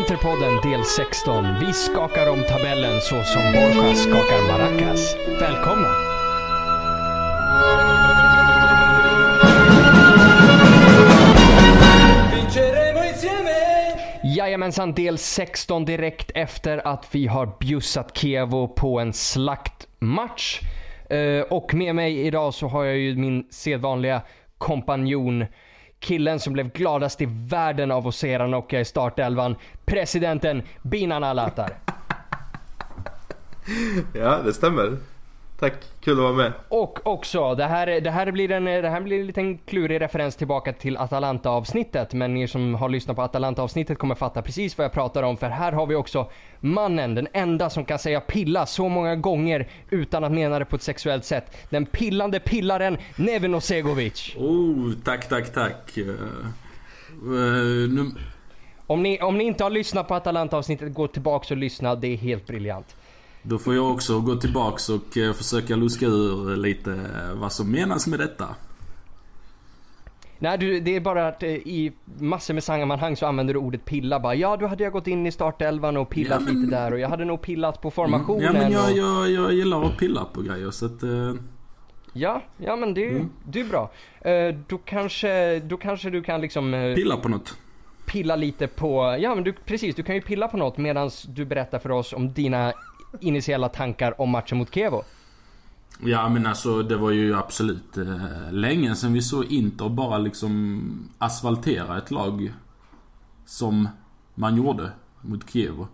Interpodden del 16. Vi skakar om tabellen så som Borja skakar maracas. Välkomna! Jajamensan, del 16 direkt efter att vi har bjussat Kievo på en slaktmatch. Och med mig idag så har jag ju min sedvanliga kompanjon, killen som blev gladast i världen av att se Ranocchia i startelvan, presidenten Binan Alatar. Ja, det stämmer. Tack, kul att vara med. Och också, det här blir en liten klurig referens tillbaka till Atalanta-avsnittet. Men ni som har lyssnat på Atalanta-avsnittet kommer fatta precis vad jag pratar om. För här har vi också mannen, den enda som kan säga pilla så många gånger utan att mena det på ett sexuellt sätt. Den pillande pillaren, Neven Osegovic. Tack. Om ni inte har lyssnat på Atalanta-avsnittet, gå tillbaka och lyssna, det är helt briljant. Då får jag också gå tillbaks och försöka luska ur lite vad som menas med detta. Nej, det är bara att i massor med sammanhang så använder du ordet pilla. Bara, ja, då hade jag gått in i startelvan och pillat lite där. Och jag hade nog pillat på formationen. Ja, men jag gillar att pilla på grejer, så att... Ja, men det är bra. Då kanske du kan liksom... Pilla på något. Pilla lite på... Ja, men du kan ju pilla på något medan du berättar för oss om dina initiala tankar om matchen mot Kievo. Ja, men alltså det var ju absolut länge sedan vi såg Inter bara liksom asfaltera ett lag som man gjorde mot Kievo.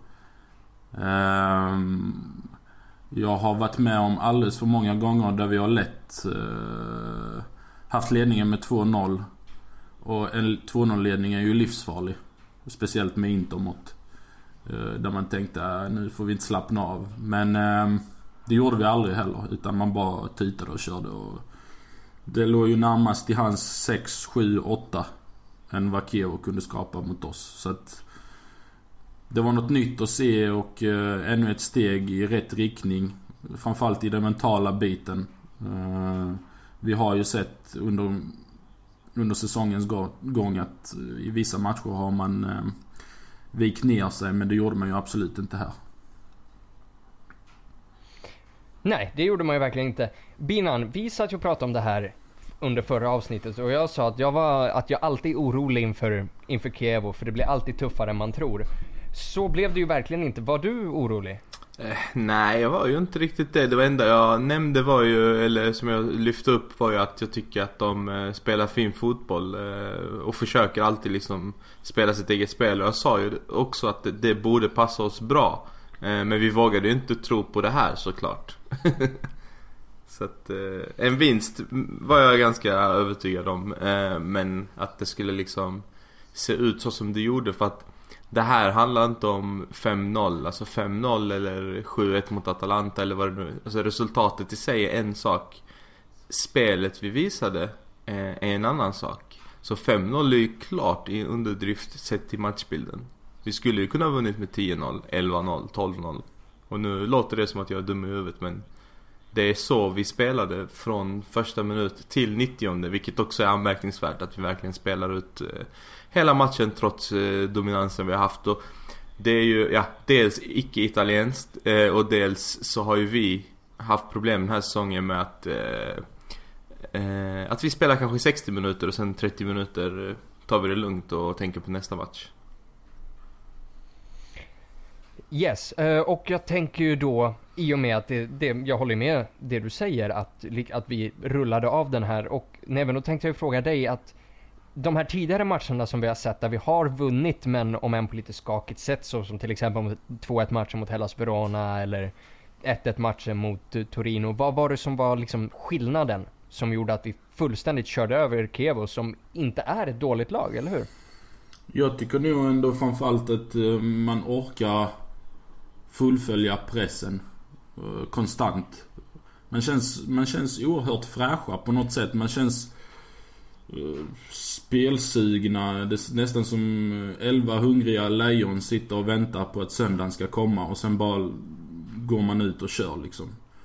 Jag har varit med om alldeles för många gånger där vi har lätt haft ledningen med 2-0. Och en 2-0-ledning är ju livsfarlig. Speciellt med Intermått. Där man tänkte nu får vi inte slappna av. Men det gjorde vi aldrig heller. Utan man bara titade och körde. Och det låg ju närmast i hans 6, 7, 8 än vad Kievo kunde skapa mot oss. Så att det var något nytt att se. Och ännu ett steg i rätt riktning. Framförallt i den mentala biten. Vi har ju sett under säsongens gång att i vissa matcher har man vikt ner sig, men det gjorde man ju absolut inte här. Nej, det gjorde man ju verkligen inte. Binan, vi satt ju och pratade om det här under förra avsnittet och jag sa att jag alltid är orolig inför Kievo, för det blir alltid tuffare än man tror. Så blev det ju verkligen inte. Var du orolig? Nej, jag var ju inte riktigt det. Det enda jag nämnde var ju, eller som jag lyfte upp, var ju att jag tycker att de spelar fin fotboll och försöker alltid liksom spela sitt eget spel. Och jag sa ju också att det borde passa oss bra. Men vi vågade ju inte tro på det här, såklart. Så att en vinst var jag ganska övertygad om. Men att det skulle liksom se ut så som det gjorde, för att det här handlar inte om 5-0, alltså 5-0 eller 7-1 mot Atalanta eller vad det nu. Alltså resultatet i sig är en sak. Spelet vi visade är en annan sak. Så 5-0 är ju klart i underdrift sett till matchbilden. Vi skulle ju kunna ha vunnit med 10-0, 11-0, 12-0. Och nu låter det som att jag är dum i huvudet, men det är så vi spelade från första minut till 90:e, vilket också är anmärkningsvärt, att vi verkligen spelar ut hela matchen trots dominansen vi har haft. Och det är ju dels icke-italienskt och dels så har ju vi haft problem den här säsongen med att vi spelar kanske 60 minuter och sen 30 minuter tar vi det lugnt och tänker på nästa match. Yes, och jag tänker ju då, i och med att jag håller med det du säger, att vi rullade av den här. Och även då tänkte jag fråga dig att de här tidigare matcherna som vi har sett där vi har vunnit, men om en på lite skakigt sätt, så som till exempel 2-1 matchen mot Hellas Verona eller 1-1 matchen mot Torino. Vad var det som var liksom skillnaden som gjorde att vi fullständigt körde över Kievo, som inte är ett dåligt lag, eller hur? Jag tycker nog ändå framförallt att man orkar fullfölja pressen konstant. Man känns oerhört fräscha på något sätt. Man känns spelsugna. Det är nästan som 11 hungriga lejon sitter och väntar på att söndagen ska komma, och sen bara går man ut och kör liksom.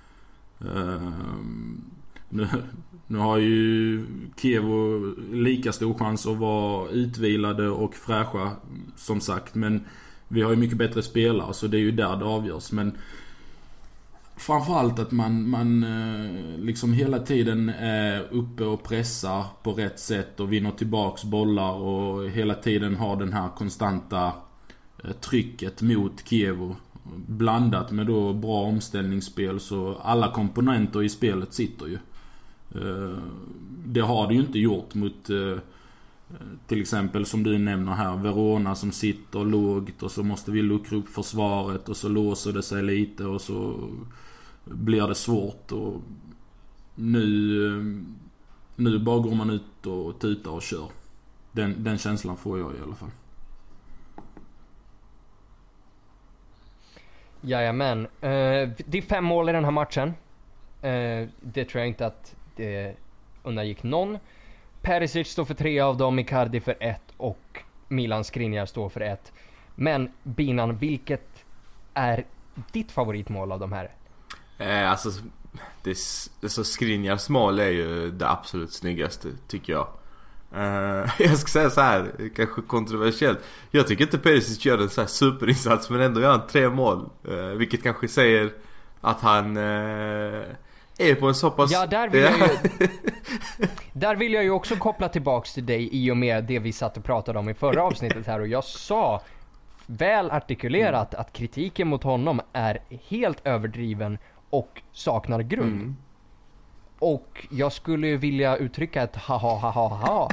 Nu har ju Kievo lika stor chans att vara utvilade och fräscha, som sagt, men Vi har ju mycket bättre spelare, så det är ju där det avgörs. Men framförallt att man liksom hela tiden är uppe och pressar på rätt sätt och vinner tillbaks bollar och hela tiden har den här konstanta trycket mot Kiev, blandat med då bra omställningsspel, så alla komponenter i spelet sitter ju. Det har det ju inte gjort mot till exempel som du nämner här, Verona som sitter lågt och så måste vi luckra upp försvaret och så låser det sig lite och så blir det svårt. Och nu bara går man ut och tutar och kör. Den känslan får jag i alla fall. Jajamän. Det är 5 mål i den här matchen. Det tror jag inte att det undangick någon. Perisic står för 3 av dem, Icardi för 1 och Milan Skriniar står för 1. Men Binan, vilket är ditt favoritmål av de här? Alltså det så Skriniars mål är ju det absolut snyggaste, tycker jag. Jag ska säga så här, kanske kontroversiellt. Jag tycker inte Perisic gör en så här superinsats, men ändå gör han 3 mål. Vilket kanske säger att han är på en så pass... Ja, där vill jag ju också koppla tillbaks till dig i och med det vi satt och pratade om i förra avsnittet här. Och jag sa väl artikulerat att kritiken mot honom är helt överdriven och saknar grund. Och jag skulle ju vilja uttrycka ett ha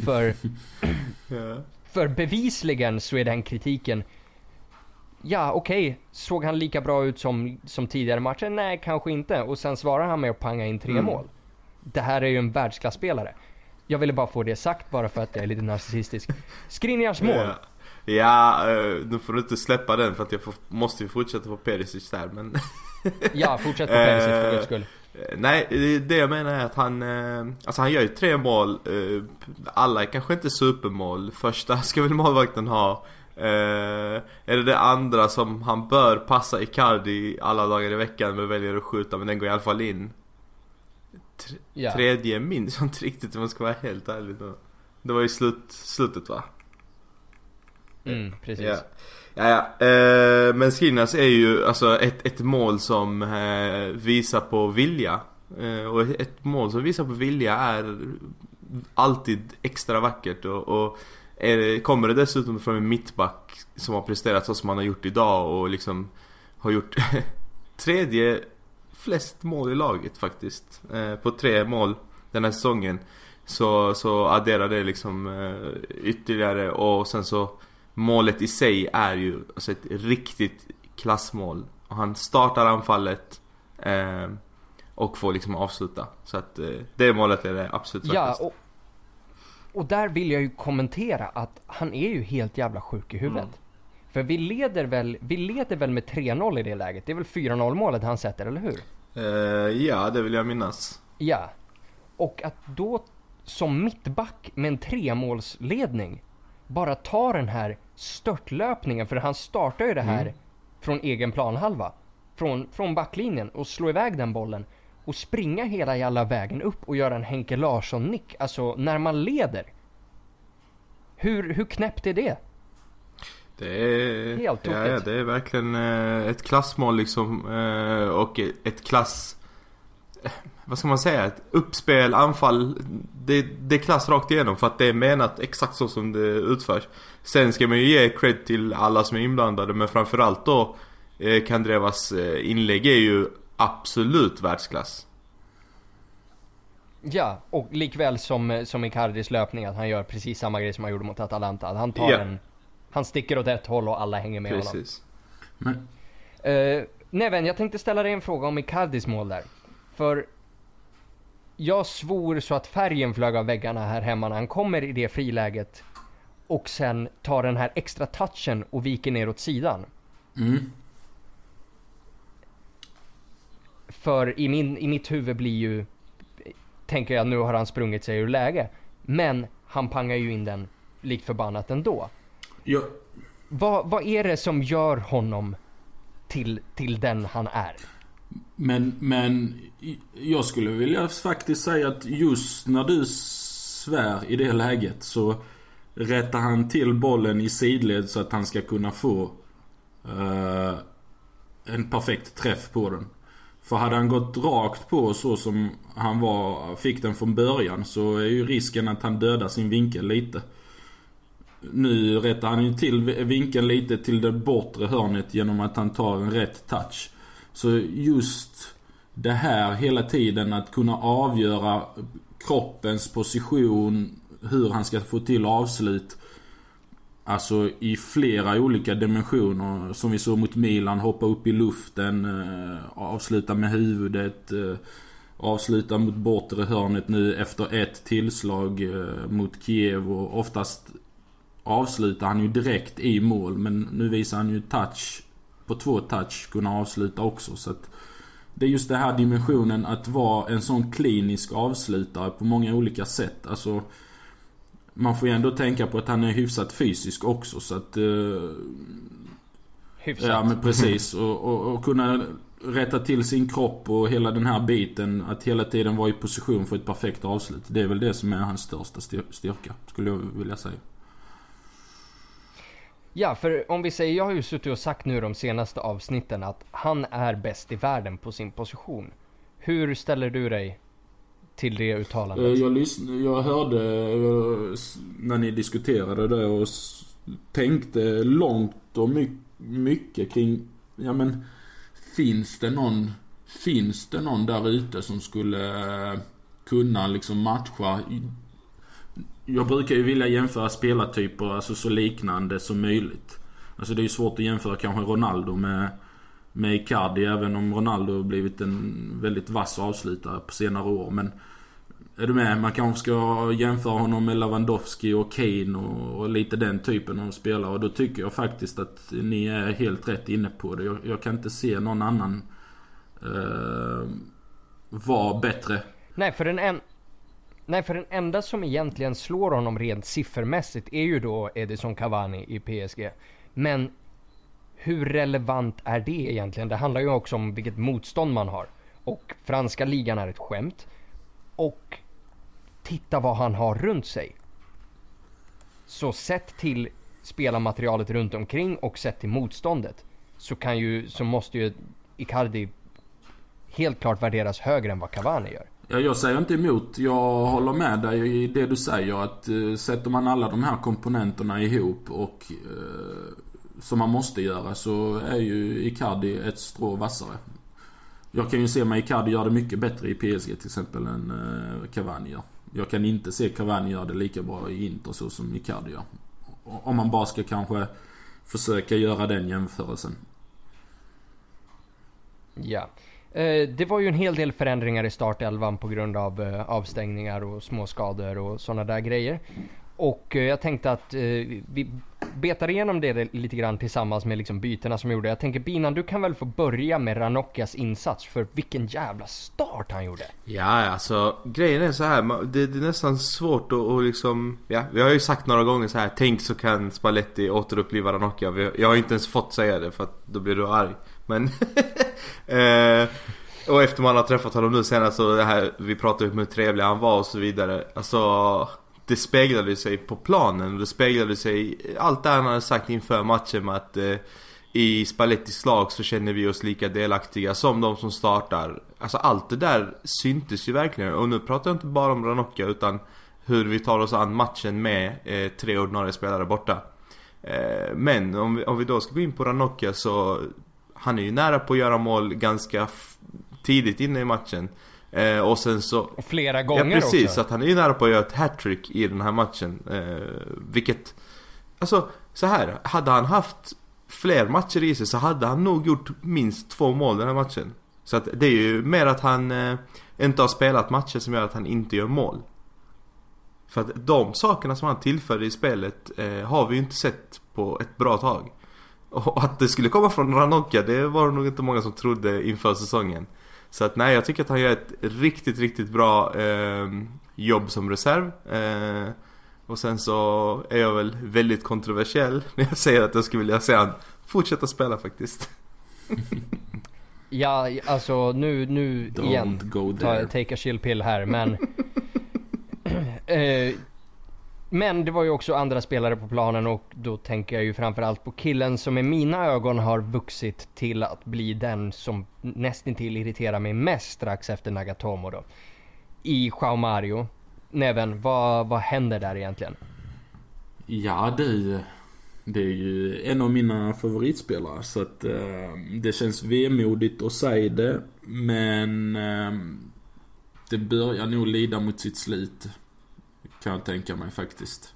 för bevisligen så är den kritiken, ja okej, såg han lika bra ut som tidigare matcher? Nej, kanske inte. Och sen svarar han med att panga in 3 mål. Det här är ju en världsklasspelare. Jag ville bara få det sagt bara för att jag är lite narcissistisk. Skriniars mål. Ja, nu får du inte släppa den för att jag måste ju fortsätta på Perisic där, men... Ja, fortsätt på Perisic för guds skull. Nej, det jag menar är att han gör ju 3 mål. Alla är kanske inte supermål. Första ska väl målvakten ha. Är det andra som han bör passa Icardi alla dagar i veckan, men väljer att skjuta, men den går i alla fall in. Tredje minns jag inte riktigt, om man ska vara helt ärlig då. Det var ju slutet, va? Precis. Ja. Men Skriniars är ju alltså ett mål som visar på vilja. Och ett mål som visar på vilja är alltid extra vackert. Och kommer det dessutom från en mittback som har presterat så som han har gjort idag och liksom har gjort 3:e flest mål i laget faktiskt, på 3 mål den här säsongen, så adderar det liksom ytterligare. Och sen så målet i sig är ju alltså ett riktigt klassmål. Och han startar anfallet och får liksom avsluta. Så att det målet är det absolut faktiskt. Ja, och där vill jag ju kommentera att han är ju helt jävla sjuk i huvudet. För vi leder väl med 3-0 i det läget. Det är väl 4-0 målet han sätter, eller hur? Ja, det vill jag minnas. Ja. Och att då som mittback med en 3-målsledning bara ta den här störtlöpningen, för han startar ju det här från egen planhalva, från backlinjen, och slå iväg den bollen och springa hela jävla vägen upp och göra en Henke Larsson-nick. Alltså när man leder. Hur knäppt är det? Det är helt tokigt. Ja, det är verkligen ett klassmål liksom, och ett klass, vad ska man säga, ett uppspel, anfall, det är klass rakt igenom, för att det är menat exakt så som det utförs. Sen ska man ju ge cred till alla som är inblandade, men framförallt då Kandrevas inlägg är ju absolut världsklass. Ja, och likväl som Icardis löpning, att han gör precis samma grej som han gjorde mot Atalanta. Han tar han sticker åt ett håll och alla hänger med precis. Honom. Neven, jag tänkte ställa dig en fråga om Icardis mål där. För jag svor så att färgen flög av väggarna här hemma när han kommer i det friläget och sen tar den här extra touchen och viker ner åt sidan. För i mitt huvud blir ju, tänker jag, nu har han sprungit sig ur läge. Men han pangar ju in den likt förbannat ändå. Ja. Vad är det som gör honom till den han är? Men jag skulle vilja faktiskt säga att just när du svär i det läget så rättar han till bollen i sidled så att han ska kunna få en perfekt träff på den. För hade han gått rakt på så som han fick den från början, så är ju risken att han dödar sin vinkel lite. Nu rättar han ju till vinkeln lite till det bortre hörnet genom att han tar en rätt touch. Så just det här hela tiden, att kunna avgöra kroppens position, hur han ska få till avslut, alltså i flera olika dimensioner, som vi såg mot Milan, hoppa upp i luften, avsluta med huvudet, avsluta mot bortre hörnet nu efter ett tillslag mot Kiev, och oftast avslutar han ju direkt i mål, men nu visar han ju touch på 2 touch kunna avsluta också. Så att det är just det här dimensionen att vara en sån klinisk avslutare på många olika sätt. Alltså man får ju ändå tänka på att han är hyfsat fysisk också, så att Hyfsat. ja, men precis, och kunna rätta till sin kropp och hela den här biten, att hela tiden vara i position för ett perfekt avslut. Det är väl det som är hans största styrka, skulle jag vilja säga. Ja, för om vi säger, jag har ju suttit och sagt nu de senaste avsnitten att han är bäst i världen på sin position. Hur ställer du dig till det uttalandet? Jag hörde när ni diskuterade det och tänkte långt och mycket kring, ja men finns det någon där ute som skulle kunna liksom matcha. Jag brukar ju vilja jämföra spelartyper, alltså så liknande som möjligt. Alltså det är ju svårt att jämföra kanske Ronaldo med Icardi, även om Ronaldo har blivit en väldigt vass avslutare på senare år. Men är du med? Man kanske ska jämföra honom med Lewandowski och Kane och lite den typen av spelare. Och då tycker jag faktiskt att ni är helt rätt inne på det. Jag kan inte se någon annan vara bättre. Nej, för den enda som egentligen slår honom rent siffermässigt är ju då Edison Cavani i PSG. Men hur relevant är det egentligen? Det handlar ju också om vilket motstånd man har. Och franska ligan är ett skämt. Och titta vad han har runt sig. Så sett till spelarmaterialet runt omkring och sett till motståndet, så måste ju Icardi helt klart värderas högre än vad Cavani gör. Ja, jag säger inte emot. Jag håller med dig i det du säger, att sätter man alla de här komponenterna ihop och som man måste göra, så är ju Icardi ett strå vassare. Jag kan ju se mig Icardi gör det mycket bättre i PSG till exempel än Cavani gör. Jag kan inte se Cavani gör det lika bra i Inter så som Icardi gör. Om man bara ska kanske försöka göra den jämförelsen. Ja. Det var ju en hel del förändringar i startelvan på grund av avstängningar och småskador och sådana där grejer. Och jag tänkte att vi betar igenom det lite grann tillsammans med liksom bytena som gjorde. Jag tänker, Binan, du kan väl få börja med Ranocchias insats, för vilken jävla start han gjorde. Ja, alltså grejen är så här, det är nästan svårt att liksom, ja, vi har ju sagt några gånger så här, tänk så kan Spalletti återuppliva Ranocchia. Jag har inte ens fått säga det för att då blir du arg. Men och efter man har träffat honom nu senast, så det här, vi pratade om hur trevlig han var och så vidare. Alltså det speglade sig på planen, och det speglade sig allt det han hade sagt inför matchen med att i Spallettis lag så känner vi oss lika delaktiga som de som startar. Alltså allt det där syntes ju verkligen. Och nu pratar jag inte bara om Ranocchia, utan hur vi tar oss an matchen med 3 ordinarie spelare borta. Men om vi då ska gå in på Ranocchia, så han är ju nära på att göra mål ganska tidigt inne i matchen. Och sen så flera gånger också. Ja, precis, också. Så att han är ju nära på att göra ett hattrick i den här matchen. Vilket, alltså så här, hade han haft fler matcher i sig så hade han nog gjort minst 2 mål den här matchen. Så att det är ju mer att han inte har spelat matcher som gör att han inte gör mål. För att de sakerna som han tillförde i spelet har vi ju inte sett på ett bra tag. Och att det skulle komma från Ranocchia, det var nog inte många som trodde inför säsongen. Så att nej, jag tycker att han gör ett riktigt, riktigt bra jobb som reserv. Och sen så är jag väl väldigt kontroversiell när jag säger att jag skulle vilja se han fortsätta spela faktiskt. Ja, alltså nu igen, take a chill pill här, men Men det var ju också andra spelare på planen, och då tänker jag ju framförallt på killen som i mina ögon har vuxit till att bli den som nästintill irriterar mig mest strax efter Nagatomo då. I João Mario. Neven, vad händer där egentligen? Ja, det är ju en av mina favoritspelare, så att det känns vemodigt att säga det, men det börjar nog lida mot sitt slut, kan jag tänka mig faktiskt.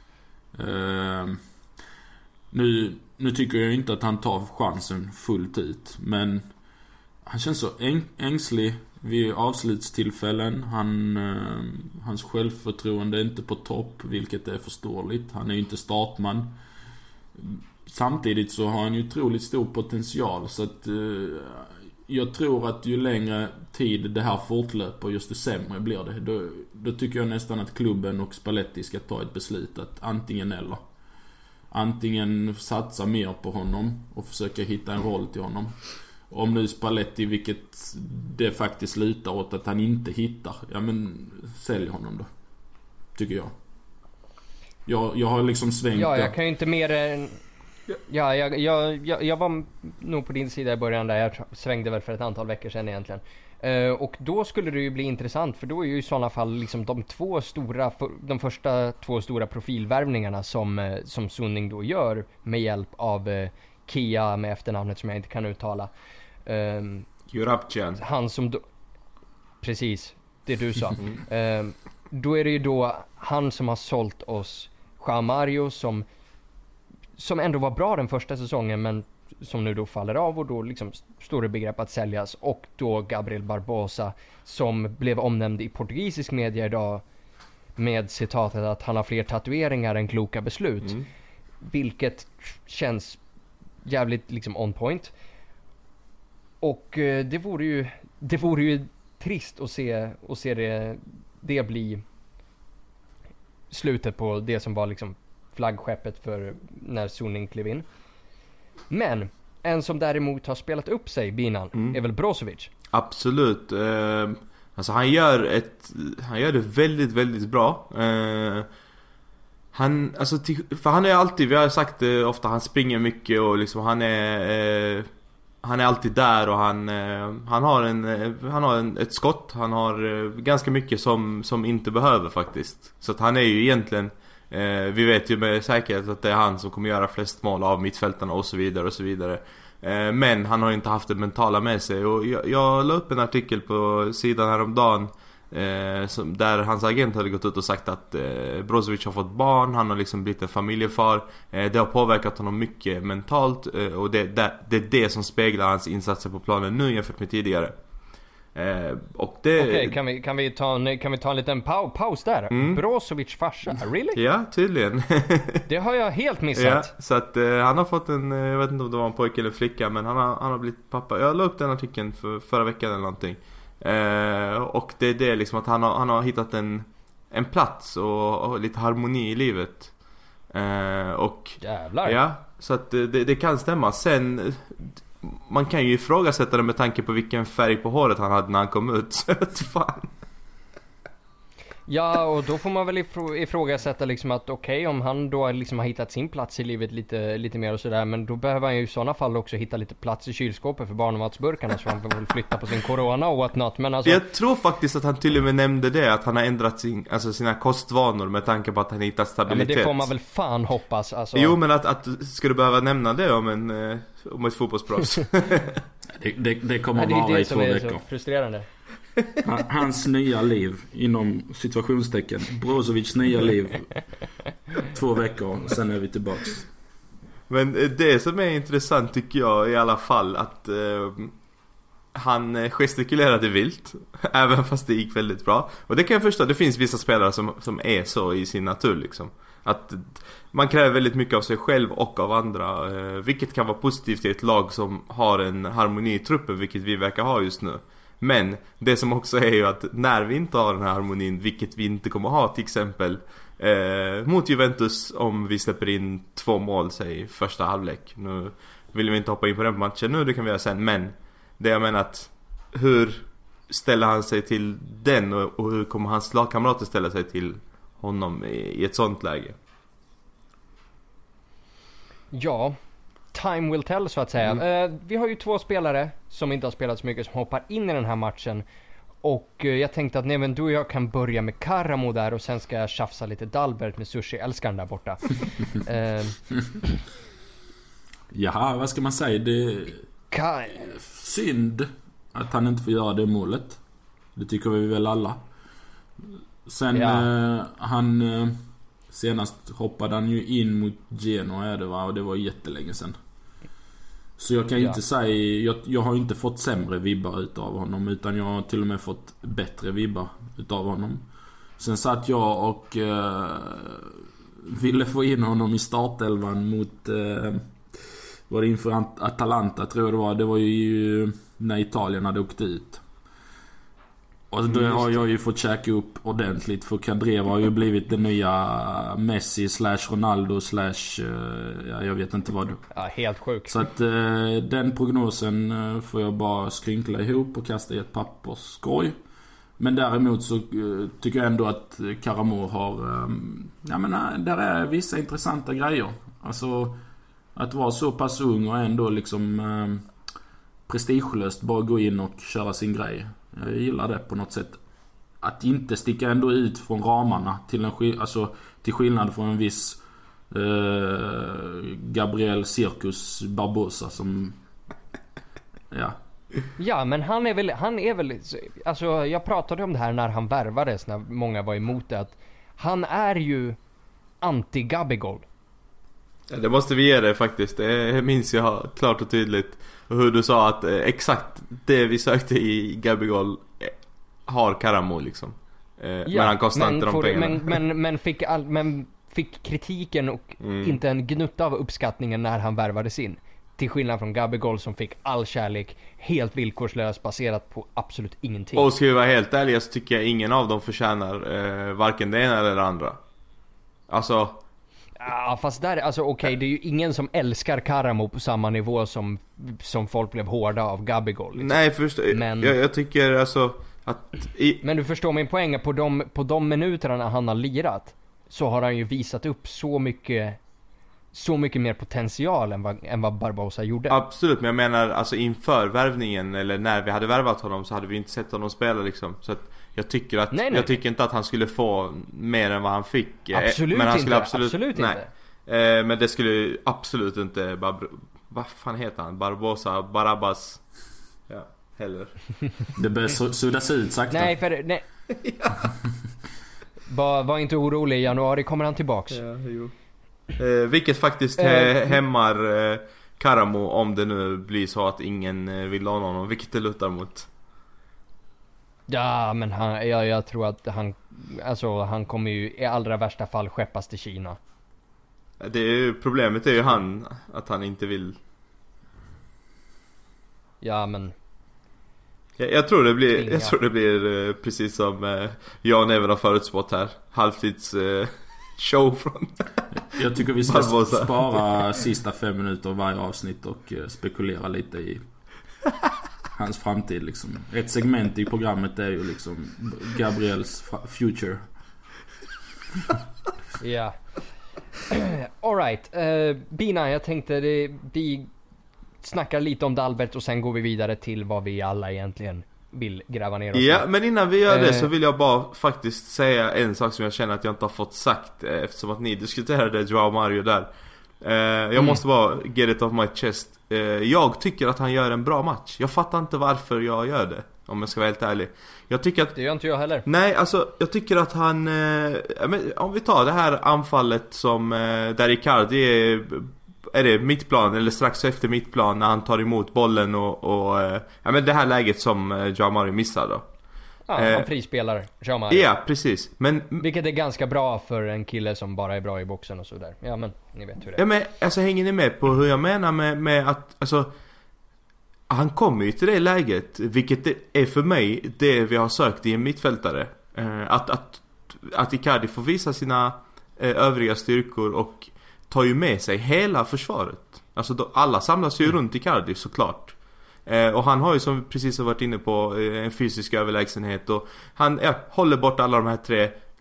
Nu tycker jag inte att han tar chansen fullt ut, men han känns så ängslig vid avslutstillfällen. Hans självförtroende är inte på topp, vilket är förståeligt. Han är ju inte startman. Samtidigt så har han ju otroligt stor potential, så att jag tror att ju längre tid det här fortlöper, just det sämre blir det. Då tycker jag nästan att klubben och Spalletti ska ta ett beslut att antingen eller. Antingen satsa mer på honom och försöka hitta en roll till honom. Om nu Spalletti, vilket det faktiskt slutar åt att han inte hittar, ja men sälj honom då, tycker jag. Jag har liksom svängt. Ja, jag kan ju inte mer än... Ja, jag var nog på din sida i början där. Jag svängde väl för ett antal veckor sedan egentligen. Och då skulle det ju bli intressant, för då är ju i sådana fall liksom de första två stora profilvärvningarna som Sunning då gör med hjälp av Kia med efternamnet som jag inte kan uttala. Jurabcan. Han som då... Precis, det du sa. Då är det ju då han som har sålt oss João Mario som ändå var bra den första säsongen, men som nu då faller av och då liksom står i begrepp att säljas, och då Gabriel Barbosa som blev omnämnd i portugisisk media idag med citatet att han har fler tatueringar än kloka beslut, vilket känns jävligt liksom on point. Och det vore ju trist att se det bli slutet på det som var liksom flaggskeppet för när Sunning klev in. Men en som däremot har spelat upp sig, Binan, är väl Brozovic. Absolut. Alltså han gör det väldigt, väldigt bra. För han är alltid, vi har sagt det ofta, han springer mycket och liksom han är alltid där, och han har ett skott, han har ganska mycket som inte behöver faktiskt. Så att han är ju egentligen, vi vet ju med säkerhet att det är han som kommer göra flest mål av mittfältarna och så vidare och så vidare. Men han har inte haft det mentala med sig, och jag la upp en artikel på sidan häromdagen där hans agent hade gått ut och sagt att Brozovic har fått barn, han har liksom blivit en familjefar. Det har påverkat honom mycket mentalt, och det är det som speglar hans insatser på planen nu jämfört med tidigare. Okej, kan vi ta en liten paus där? Brozovic farsa, really? Ja, tydligen. Det har jag helt missat. Ja, så att han har fått jag vet inte om det var en pojke eller en flicka, men han har blivit pappa. Jag la upp den artikeln förra veckan eller någonting. Och det är det liksom att han har hittat en plats och lite harmoni i livet. Och jävlar. Ja, så att det kan stämma. Sen man kan ju ifrågasätta det med tanke på vilken färg på håret han hade när han kom ut. Så fan. Ja, och då får man väl ifrågasätta liksom att okej, om han då liksom har hittat sin plats i livet lite mer och sådär, men då behöver han ju i sådana fall också hitta lite plats i kylskåpet för barnmatsburkarna, så han får väl flytta på sin corona och whatnot. Men alltså... Jag tror faktiskt att han till och med nämnde det, att han har ändrat sina kostvanor med tanke på att han hittat stabilitet. Ja, men det får man väl fan hoppas alltså. Jo, men att ska du behöva nämna det om ett fotbollsproffs? det kommer vara i 2 veckor. Det är det som är så frustrerande. Hans nya liv, inom situationstecken, Brozovics nya liv, 2 veckor, sen är vi tillbaks. Men det som är intressant tycker jag i alla fall, att han gestikulerade vilt även fast det gick väldigt bra. Och det kan jag förstå, det finns vissa spelare som är så i sin natur liksom. Att man kräver väldigt mycket av sig själv och av andra, vilket kan vara positivt i ett lag som har en harmoni i truppen, vilket vi verkar ha just nu. Men det som också är ju att när vi inte har den här harmonin, vilket vi inte kommer ha till exempel mot Juventus, om vi släpper in 2 mål säg första halvlek. Nu vill vi inte hoppa in på den matchen nu, det kan vi göra sen. Men det jag menar att hur ställer han sig till den, och hur kommer hans lagkamrater ställa sig till honom i ett sånt läge. Ja, time will tell så att säga. Vi har ju 2 spelare som inte har spelat så mycket som hoppar in i den här matchen. Och jag tänkte att även du och jag kan börja med Karamo där och sen ska jag tjafsa lite Dalbert med sushi-älskaren där borta. Jaha, vad ska man säga? Det är synd att han inte får göra det målet. Det tycker vi väl alla. Sen han senast hoppade han ju in mot Genoa och det var jättelänge sedan. Så jag kan inte säga, jag har inte fått sämre vibbar utav honom, utan jag har till och med fått bättre vibbar utav honom. Sen satt jag och ville få in honom i startelvan mot var det inför Atalanta tror jag det var ju när Italien hade åkt ut. Och då har jag ju fått käka upp ordentligt, för Candreva har ju blivit den nya Messi / Ronaldo / jag vet inte vad. Ja, helt sjukt. Så att den prognosen får jag bara skrynkla ihop och kasta i ett papperskorg. Men däremot så tycker jag ändå att Karamo har där är vissa intressanta grejer. Alltså att vara så pass ung och ändå liksom prestigelöst bara gå in och köra sin grej. Jag gillar det på något sätt. Att inte sticka ändå ut från ramarna till skillnad från en viss Gabriel Circus Barbosa som Ja, men han är väl alltså jag pratade om det här när han värvades, när många var emot det, att han är ju anti-Gabigol. Ja, det måste vi ge det faktiskt. Det minns jag klart och tydligt. Och hur du sa att exakt det vi sökte i Gabigol har Karamo liksom. Men han kostar inte de pengarna. Men fick kritiken och inte en gnutta av uppskattningen när han värvades in. Till skillnad från Gabigol som fick all kärlek helt villkorslöst baserat på absolut ingenting. Och ska vi vara helt ärliga så tycker jag ingen av dem förtjänar varken det ena eller det andra. Alltså... Ja, fast där, alltså okej, det är ju ingen som älskar Karamo på samma nivå som folk blev hårda av Gabigol liksom. Nej, men jag tycker alltså att Men du förstår min poäng, på de minuterna han har lirat så har han ju visat upp så mycket mer potential än vad Barbosa gjorde. Absolut, men jag menar alltså inför värvningen eller när vi hade värvat honom så hade vi inte sett honom spela liksom. Så att jag tycker att jag tycker inte att han skulle få mer än vad han fick. Absolut men han skulle inte. Absolut inte. Men det skulle absolut inte vad fan heter han? Barbosa, Barabbas. Ja, heller. Det börjar suddas ut sakta. Nej. Var inte orolig, i januari kommer han tillbaks. Ja, jo. Vilket faktiskt hämmar Karamo om det nu blir så att ingen vill ha honom, vilket det lutar mot. Ja, men jag tror att han kommer ju i allra värsta fall skeppas till Kina. Problemet är ju att han inte vill. Ja, men jag tror det blir precis som jag även har förutspått här. Halvtids show från. Jag tycker vi ska spara sista 5 minuter av varje avsnitt och spekulera lite i hans framtid liksom. Ett segment i programmet är ju liksom Gabriels future. Ja. All right. Bina, jag tänkte vi snackar lite om Dalbert och sen går vi vidare till vad vi alla egentligen vill gräva ner oss. Ja, men innan vi gör det så vill jag bara faktiskt säga en sak som jag känner att jag inte har fått sagt eftersom att ni diskuterade Joao Mario där. Jag måste bara get it off my chest. Jag tycker att han gör en bra match. Jag fattar inte varför jag gör det, om jag ska vara helt ärlig. Jag tycker att det gör inte jag heller. Nej, alltså jag tycker att han om vi tar det här anfallet som där Icardi är det mittplan eller strax efter mittplan när han tar emot bollen och men det här läget som Joao Mario missar då. Ja, han frispelar Joao Mario. Ja, precis. Vilket är ganska bra för en kille som bara är bra i boxen och så där. Ja, men ni vet hur det är. Ja, men alltså hänger ni med på hur jag menar med att alltså han kommer ju till det läget, vilket är för mig det vi har sökt i en mittfältare. Att Icardi får visa sina övriga styrkor och tar ju med sig hela försvaret. Alltså alla samlas ju runt Icardi såklart. Och han har ju som precis har varit inne på en fysisk överlägsenhet och han håller bort alla de här 3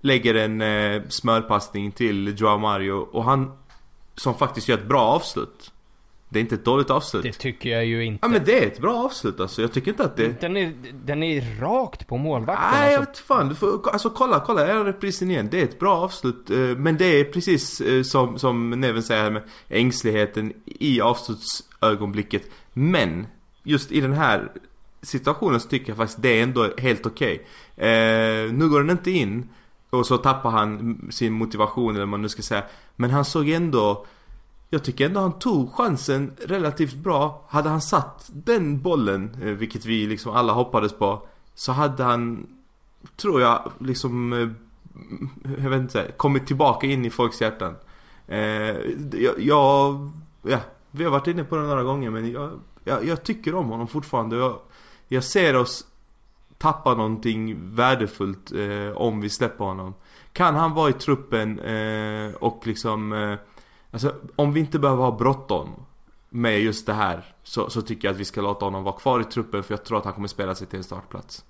lägger en smörpassning till Joao Mario och han som faktiskt gör ett bra avslut. Det är inte ett dåligt avslut. Det tycker jag ju inte. Ja, men det är ett bra avslut alltså. Jag tycker inte att det... Den är rakt på målvakten. Nej, jag alltså. vet fan. Du får, alltså kolla, jag har reprisen igen. Det är ett bra avslut. Men det är precis som Neven säger här med ängsligheten i avslutsögonblicket. Men just i den här situationen så tycker jag faktiskt det är ändå helt okej. Nu går den inte in och så tappar han sin motivation eller vad man nu ska säga. Men han såg ändå... Jag tycker ändå han tog chansen relativt bra. Hade han satt den bollen, vilket vi liksom alla hoppades på, så hade han, tror jag, liksom, jag vet inte, kommit tillbaka in i folks hjärtan. Ja, vi har varit inne på det några gånger, men jag tycker om honom fortfarande. Jag ser oss tappa någonting värdefullt om vi släpper honom. Kan han vara i truppen och liksom... Alltså, om vi inte behöver ha bråttom med just det här så tycker jag att vi ska låta honom vara kvar i truppen, för jag tror att han kommer spela sig till en startplats.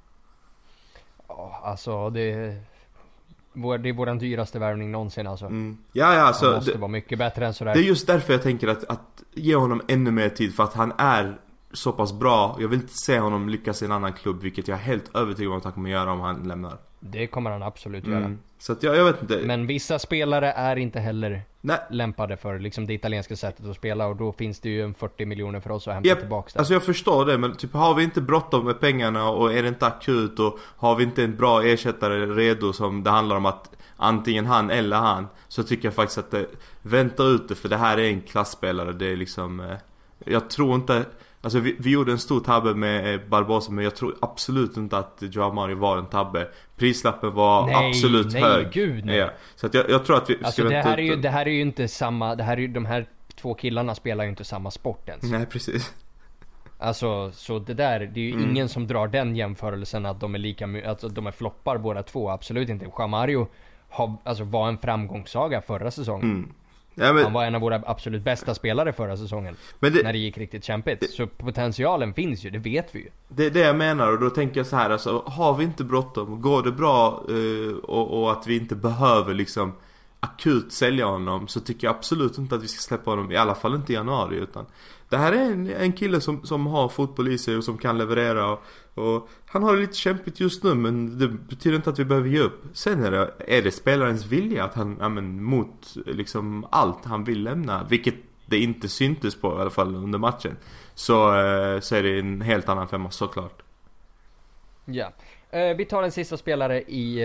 Ja, alltså det är våran dyraste värvning någonsin alltså. Ja, alltså han måste vara mycket bättre än sådär. Det är just därför jag tänker att ge honom ännu mer tid, för att han är så pass bra. Jag vill inte se honom lyckas i en annan klubb, vilket jag är helt övertygad om att han kommer göra om han lämnar. Det kommer han absolut göra. Så att jag vet inte. Men vissa spelare är inte heller lämpade för liksom det italienska sättet att spela, och då finns det ju en 40 miljoner för oss att hämta tillbaka det. Alltså jag förstår det, men typ har vi inte bråttom med pengarna och är det inte akut och har vi inte en bra ersättare redo som det handlar om att antingen han eller han, så tycker jag faktiskt att det väntar ut det, för det här är en klassspelare. Det är liksom, jag tror inte. Alltså vi gjorde en stor tabbe med Barbosa, men jag tror absolut inte att Joao Mario var en tabbe. Prislappen var absolut hög. Gud, nej. Ja. Så att jag tror att vi ska alltså det här är ju inte samma. Det här är ju, de här två killarna spelar ju inte samma sport ens. Nej, precis. Alltså så det är ju ingen som drar den jämförelsen att de är lika, att de är floppar båda två. Absolut inte. Joao Mario var en framgångssaga förra säsongen. Ja, men, han var en av våra absolut bästa spelare förra säsongen, när det gick riktigt kämpigt. Så potentialen finns ju, det vet vi ju. Det är det jag menar, och då tänker jag så här, alltså, har vi inte bråttom, går det bra och att vi inte behöver liksom akut sälja honom, så tycker jag absolut inte att vi ska släppa honom, i alla fall inte i januari, utan det här är en kille som har fotboll i sig och som kan leverera, och han har det lite kämpigt just nu, men det betyder inte att vi behöver ge upp. Sen är det spelarens vilja att han mot liksom allt han vill lämna, vilket det inte syntes på i alla fall under matchen, så är det en helt annan femma såklart. Ja. Vi tar en sista spelare i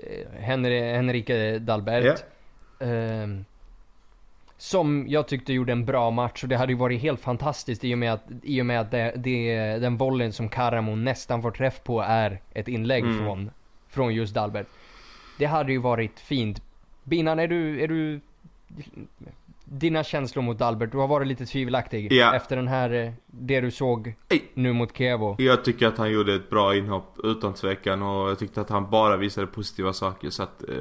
Henrique Dalbert. Som jag tyckte gjorde en bra match, och det hade ju varit helt fantastiskt i och med att den bollen som Karamo nästan får träff på är ett inlägg från just Dalbert. Det hade ju varit fint. Binan, är du dina känslor mot Dalbert? Du har varit lite tvivelaktig efter den här, det du såg nu mot Chievo. Jag tycker att han gjorde ett bra inhopp utan tvekan, och jag tyckte att han bara visade positiva saker, så att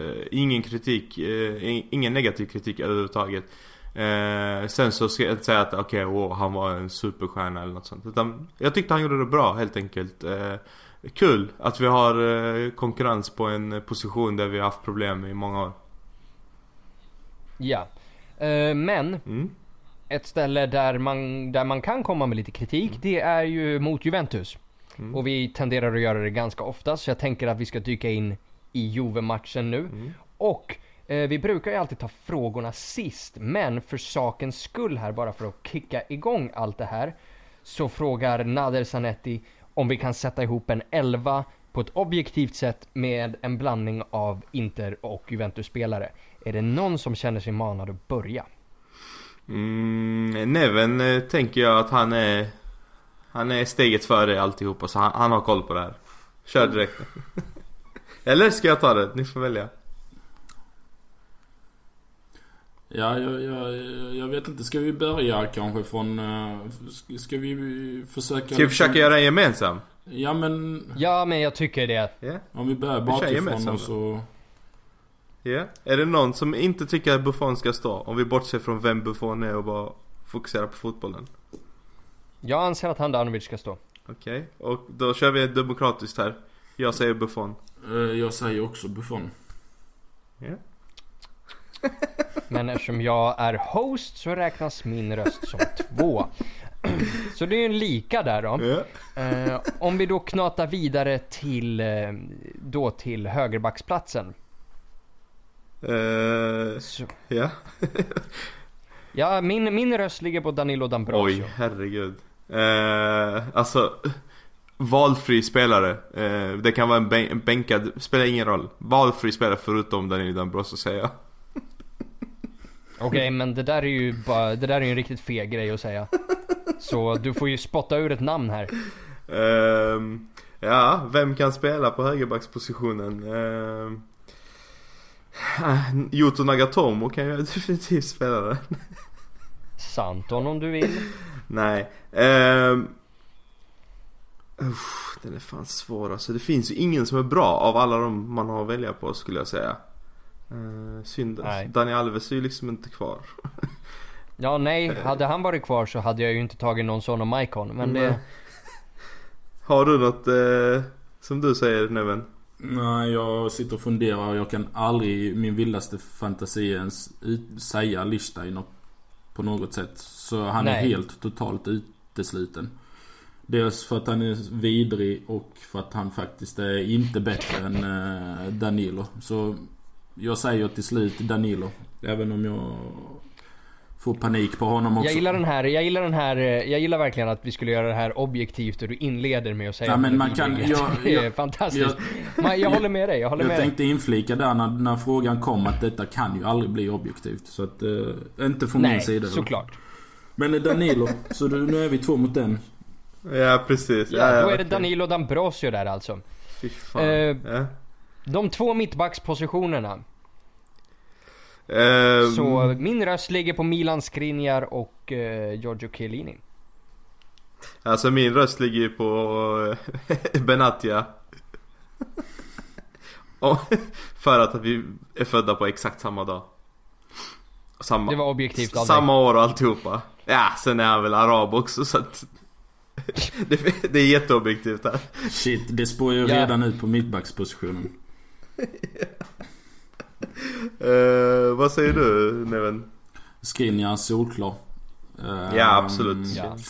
ingen negativ kritik överhuvudtaget. Sen så ska jag inte säga att han var en superstjärna eller något sånt, utan jag tyckte han gjorde det bra helt enkelt. Kul att vi har konkurrens på en position där vi har haft problem i många år. Ja. Men ett ställe där man kan komma med lite kritik, det är ju mot Juventus. Och vi tenderar att göra det ganska ofta, så jag tänker att vi ska dyka in i Juve-matchen nu. Och vi brukar ju alltid ta frågorna sist, men för sakens skull här, bara för att kicka igång allt det här, så frågar Nader Zanetti om vi kan sätta ihop en 11 på ett objektivt sätt med en blandning av Inter- och Juventus-spelare. Är det någon som känner sig manad att börja? Neven tänker jag att han är steget före alltihopa, så han har koll på det här. Kör direkt. Eller ska jag ta det? Ni får välja. Ja, jag vet inte. Ska vi börja kanske från... Ska vi försöka göra en gemensam? Ja, men jag tycker det. Yeah. Om vi börjar bakifrån och så... Ja. Är det någon som inte tycker att Buffon ska stå? Om vi bortser från vem Buffon är och bara fokuserar på fotbollen. Jag anser att Handanovic ska stå. Okej, och då kör vi demokratiskt här. Jag säger Buffon. Jag säger också Buffon. Ja. Men eftersom jag är host så räknas min röst som 2. Så det är ju en lika där då. Ja. Om vi då knatar vidare till högerbacksplatsen. Så. Ja. Ja, min röst ligger på Danilo D'Ambrosio. Oj, herregud. Alltså, valfri spelare. Det kan vara en bänkad, spelar ingen roll. Valfri spelare förutom Danilo D'Ambrosio, säger jag. Okej, men det där är ju en riktigt feg grej att säga. Så du får ju spotta ur ett namn här. Ja, vem kan spela på högerbackspositionen? Yuto Nagatomo kan ju definitivt spela det. Santon om du vill. Nej. Den är fan svår alltså. Det finns ju ingen som är bra av alla de man har att välja på, skulle jag säga. Synd. Dani Alves är ju liksom inte kvar. Ja, nej. Hade han varit kvar så hade jag ju inte tagit någon sån av Maicon. Men det... Har du något som du säger, Neven? Nej, jag sitter och funderar och jag kan aldrig i min vildaste fantasi ens säga Lichtsteiner på något sätt. Så han är helt totalt utesluten. Dels för att han är vidrig och för att han faktiskt är inte bättre än Danilo. Så jag säger till slut Danilo, även om jag får panik på honom också. Jag gillar verkligen att vi skulle göra det här objektivt och du inleder med att säga men man kan, det är fantastiskt. Jag håller med dig. Jag tänkte inflika där när frågan kom att detta kan ju aldrig bli objektivt. Så att inte från min sida. Nej, såklart. Men Danilo, så nu är vi 2 mot en. Ja, precis. Ja, då är det Danilo D'Ambrosio där alltså. Fy fan. De 2 mittbackspositionerna. Så min röst ligger på Milan Skriniar och Giorgio Chiellini. Alltså min röst ligger ju på Benatia. För att vi är födda på exakt samma dag. Det var objektivt av samma år och alltihopa. Ja, sen är han väl arab också, så att det är jätteobjektivt här. Shit, det spår ju redan ut på mittbackspositionen. Vad säger du, Neven? Skriniar solklar. Ja, absolut.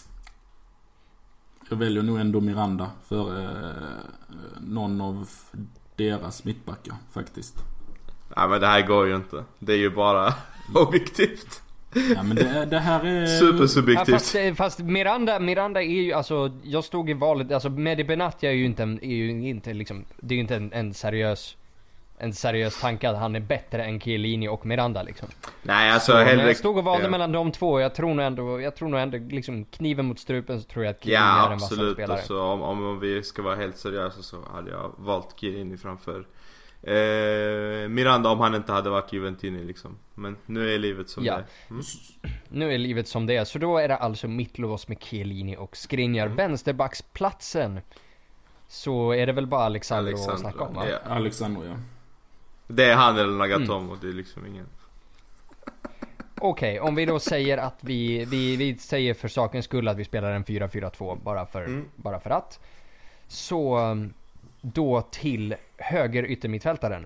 Jag väljer nog ändå Miranda för någon av deras mittbackar faktiskt. Nej, men det här går ju inte. Det är ju bara objektivt. Ja, men det här är supersubjektivt. Ja, fast Miranda är ju, alltså, jag stod i valet, alltså Mehdi Benatia är ju inte liksom, det är ju inte en seriös tanke att han är bättre än Chiellini och Miranda liksom. Nej, alltså när jag stod och valde mellan de två, jag tror nog ändå liksom kniven mot strupen, så tror jag att Chiellini är en vassare spelare. Ja, absolut. Om vi ska vara helt seriösa så hade jag valt Chiellini framför Miranda om han inte hade varit Juventini liksom. Men nu är livet som det är. Nu är livet som det är. Så då är det alltså mittlås med Chiellini och Skriniar. Vänsterbacksplatsen, så är det väl bara Alexandro att snacka om, va? Ja. Alexandro, ja. Det är han eller Nagatomo, det är liksom ingen. Okej, om vi då säger att vi säger för sakens skull att vi spelar en 4-4-2 bara för att. Så då till höger yttermittfältaren.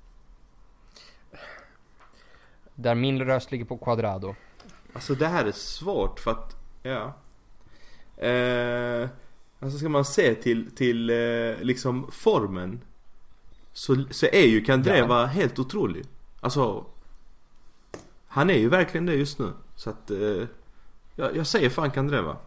Där min röst ligger på Cuadrado. Alltså det här är svårt för att alltså ska man se till liksom formen, så är ju Candreva helt otrolig. Alltså han är ju verkligen det just nu. Så att jag säger fan Candreva.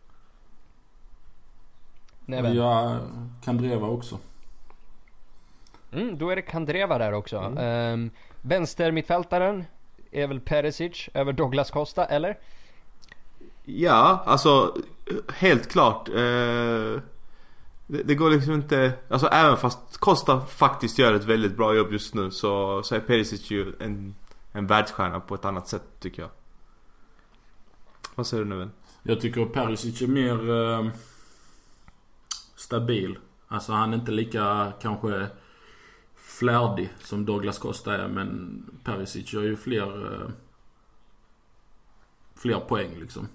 Jag Candreva också. Då är det Candreva där också. Vänster mittfältaren är väl Perisic över Douglas Costa, eller? Ja, alltså helt klart. Det går liksom inte. Alltså även fast Costa faktiskt gör ett väldigt bra jobb just nu, så är Perisic ju en världsstjärna på ett annat sätt, tycker jag. Vad säger du nu, vän? Jag tycker Perisic är mer stabil. Alltså han är inte lika kanske flärdig som Douglas Costa är, men Perisic gör ju fler poäng liksom.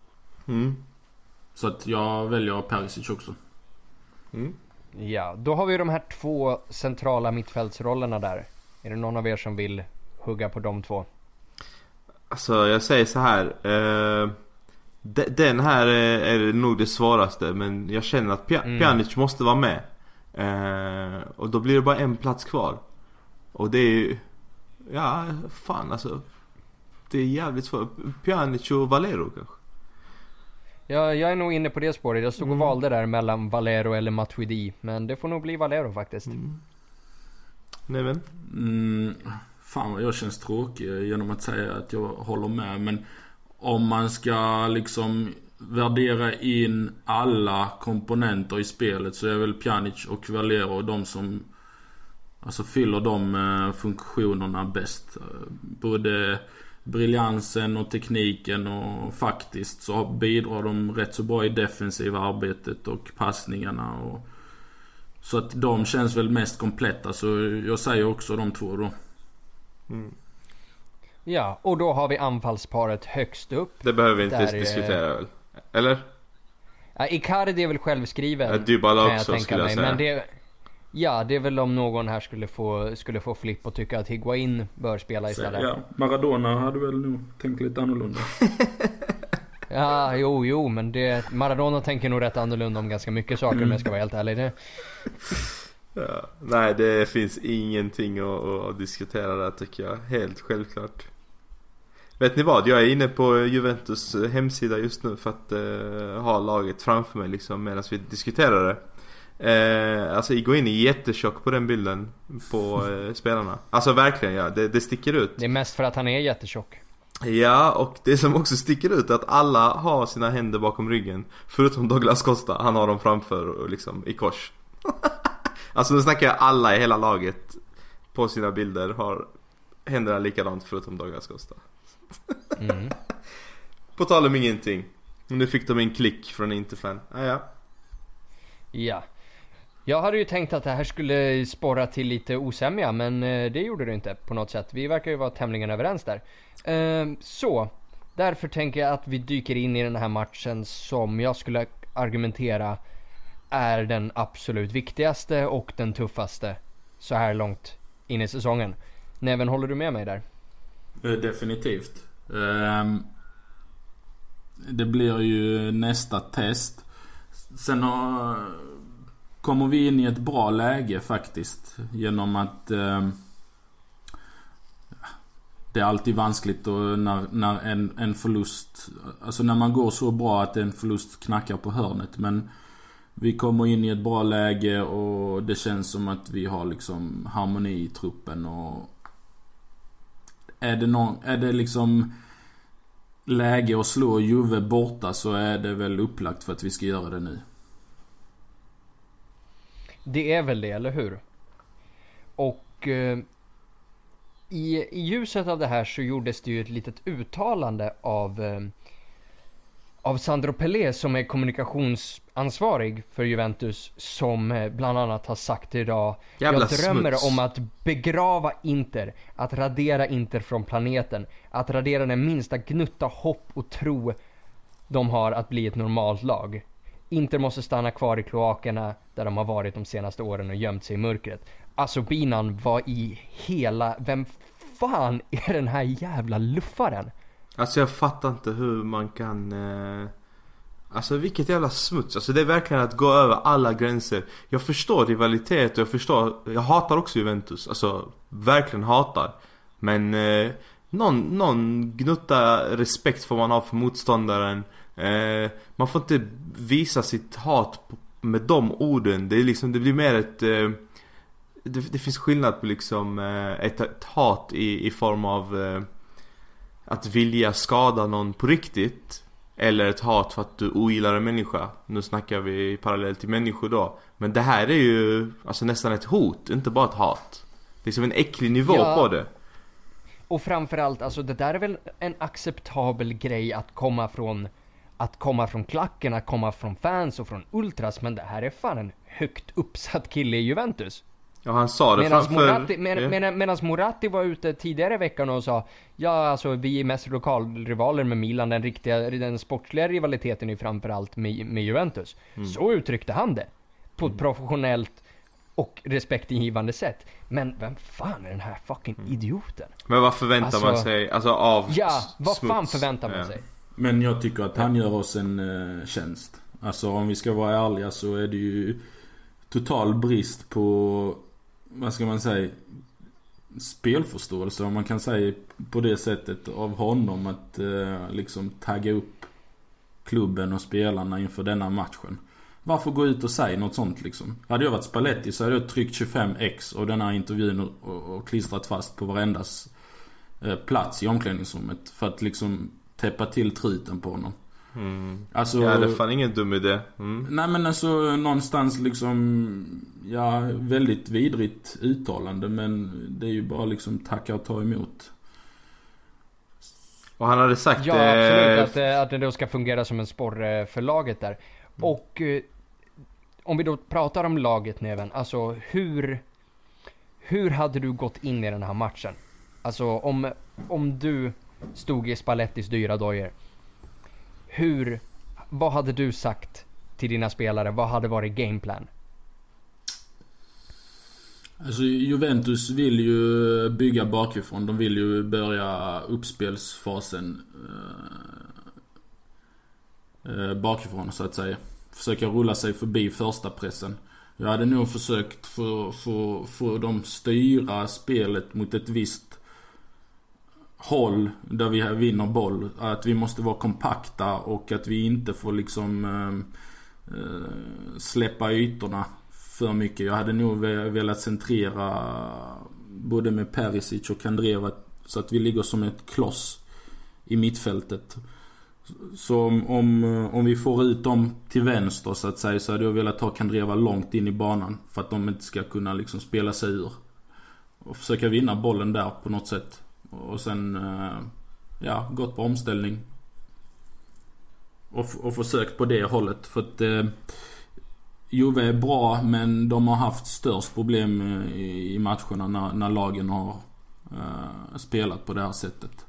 Så att jag väljer Perisic också. Ja, då har vi de här 2 centrala mittfältsrollerna där. Är det någon av er som vill hugga på de två? Alltså jag säger så här. Den här är nog det svåraste. Men jag känner att Pjanic måste vara med. Och då blir det bara en plats kvar. Och det är ju... Ja, fan alltså. Det är jävligt svårt. Pjanic och Valero kanske. Ja, jag är nog inne på det spåret. Jag stod och valde där mellan Valero eller Matuidi. Men det får nog bli Valero faktiskt. Neven? Fan vad jag känns tråkig genom att säga att jag håller med. Men om man ska liksom värdera in alla komponenter i spelet så är väl Pjanic och Valero de som alltså fyller de funktionerna bäst. Både briljansen och tekniken och faktiskt så bidrar de rätt så bra i defensiva arbetet och passningarna och så att de känns väl mest kompletta, så jag säger också de två då. Ja, och då har vi anfallsparet högst upp. Det behöver vi inte diskutera väl? Eller? Ja, Icardi är väl självskriven. Ja, Dybala också skulle jag säga. Men det är väl om någon här skulle få flipp och tycka att Higuain bör spela istället. Ja, Maradona hade väl nog tänkt lite annorlunda. Ja, jo, men Maradona tänker nog rätt annorlunda om ganska mycket saker om jag ska vara helt ärlig. Ja, nej, det finns ingenting att diskutera där tycker jag. Helt självklart. Vet ni vad? Jag är inne på Juventus hemsida just nu för att ha laget framför mig liksom medan vi diskuterar det. Alltså Higuain är jättetjock på den bilden på spelarna. Alltså verkligen, ja, det sticker ut. Det är mest för att han är jättetjock. Ja, och det som också sticker ut är att alla har sina händer bakom ryggen. Förutom Douglas Costa, han har dem framför och liksom i kors. Alltså nu snackar jag alla i hela laget på sina bilder har händerna likadant förutom Douglas Costa. På tal om ingenting. Nu fick de en klick från Interfan. Ja. Jag hade ju tänkt att det här skulle spåra till lite osämja, men det gjorde det inte på något sätt. Vi verkar ju vara tämligen överens där. Så, därför tänker jag att vi dyker in i den här matchen som jag skulle argumentera är den absolut viktigaste och den tuffaste så här långt in i säsongen. Neven, håller du med mig där? Definitivt. Det blir ju nästa test. Sen kommer vi in i ett bra läge faktiskt genom att det är alltid vanskligt och när en förlust, alltså när man går så bra att en förlust knackar på hörnet, men vi kommer in i ett bra läge och det känns som att vi har liksom harmoni i truppen och är det liksom läge att slå Juve borta så är det väl upplagt för att vi ska göra det nu. Det är väl det, eller hur? Och i ljuset av det här så gjordes det ju ett litet uttalande av Sandro Pelé som är kommunikationsansvarig för Juventus, som bland annat har sagt idag: jag drömmer om att begrava Inter, att radera Inter från planeten, att radera den minsta gnutta hopp och tro de har att bli ett normalt lag. Inter måste stanna kvar i kloakerna där de har varit de senaste åren och gömt sig i mörkret. Alltså Binan, var i hela... Vem fan är den här jävla luffaren? Alltså jag fattar inte hur man kan... Alltså vilket jävla smuts. Alltså det är verkligen att gå över alla gränser. Jag förstår rivalitet och jag hatar också Juventus. Alltså verkligen hatar. Men någon gnutta respekt får man ha för motståndaren. Man får inte visa sitt hat med de orden. Det är liksom, det blir mer ett det finns skillnad på liksom ett hat i form av att vilja skada någon på riktigt, eller ett hat för att du ogillar en människa. Nu snackar vi parallellt till människor då. Men det här är ju alltså nästan ett hot, inte bara ett hat. Det är som en äcklig nivå på det. Och framförallt, alltså det där är väl en acceptabel grej att komma från klacken, att komma från fans och från ultras, men det här är fan en högt uppsatt kille i Juventus. Ja, han sa det Medan Moratti var ute tidigare i veckan och sa: ja, alltså vi är mest lokalrivaler med Milan, den sportsliga rivaliteten är framförallt med Juventus. Så uttryckte han det på ett professionellt och respektingivande sätt. Men vem fan är den här fucking idioten? Men vad förväntar man sig? Alltså av vad smuts? fan förväntar man sig? Men jag tycker att han gör oss en tjänst. Alltså om vi ska vara ärliga så är det ju total brist på, vad ska man säga, spelförståelse, om man kan säga på det sättet, av honom att liksom tagga upp klubben och spelarna inför denna matchen. Varför gå ut och säga något sånt liksom? Hade jag varit Spalletti så hade jag tryckt 25x och den här intervjun och klistrat fast på varendas plats i omklädningsrummet för att liksom täppa till truten på honom. Alltså, ja, det är fan ingen dum idé. Nej men alltså någonstans liksom, ja, väldigt vidrigt uttalande, men det är ju bara liksom tacka och ta emot. Och han hade sagt ja, absolut, att det då ska fungera som en sporre för laget där. Och om vi då pratar om laget, Neven, alltså hur hade du gått in i den här matchen? Alltså om du stod i Spallettis dyra dojor, vad hade du sagt till dina spelare? Vad hade varit gameplan? Alltså Juventus vill ju bygga bakifrån. De vill ju börja uppspelsfasen bakifrån så att säga. Försöka rulla sig förbi första pressen. Jag hade nog försökt få dem styra spelet mot ett visst håll där vi vinner boll. Att vi måste vara kompakta och att vi inte får liksom släppa ytorna för mycket. Jag hade nog velat centrera både med Perisic och Kandreva så att vi ligger som ett kloss i mittfältet. Så om vi får ut dem till vänster så att säga, så hade jag velat ta Kandreva långt in i banan för att de inte ska kunna liksom spela sig ur. Och försöka vinna bollen där på något sätt. Och sen gått på omställning. Och försökt på det hållet. För att Juve är bra, men de har haft störst problem i matcherna när lagen har spelat på det här sättet.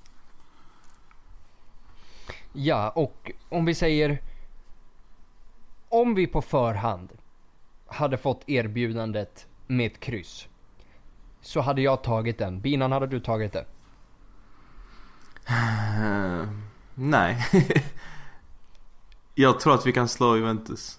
Ja, och om vi säger, om vi på förhand hade fått erbjudandet med ett kryss, så hade jag tagit den. Binan, hade du tagit det? Nej. Jag tror att vi kan slå Juventus.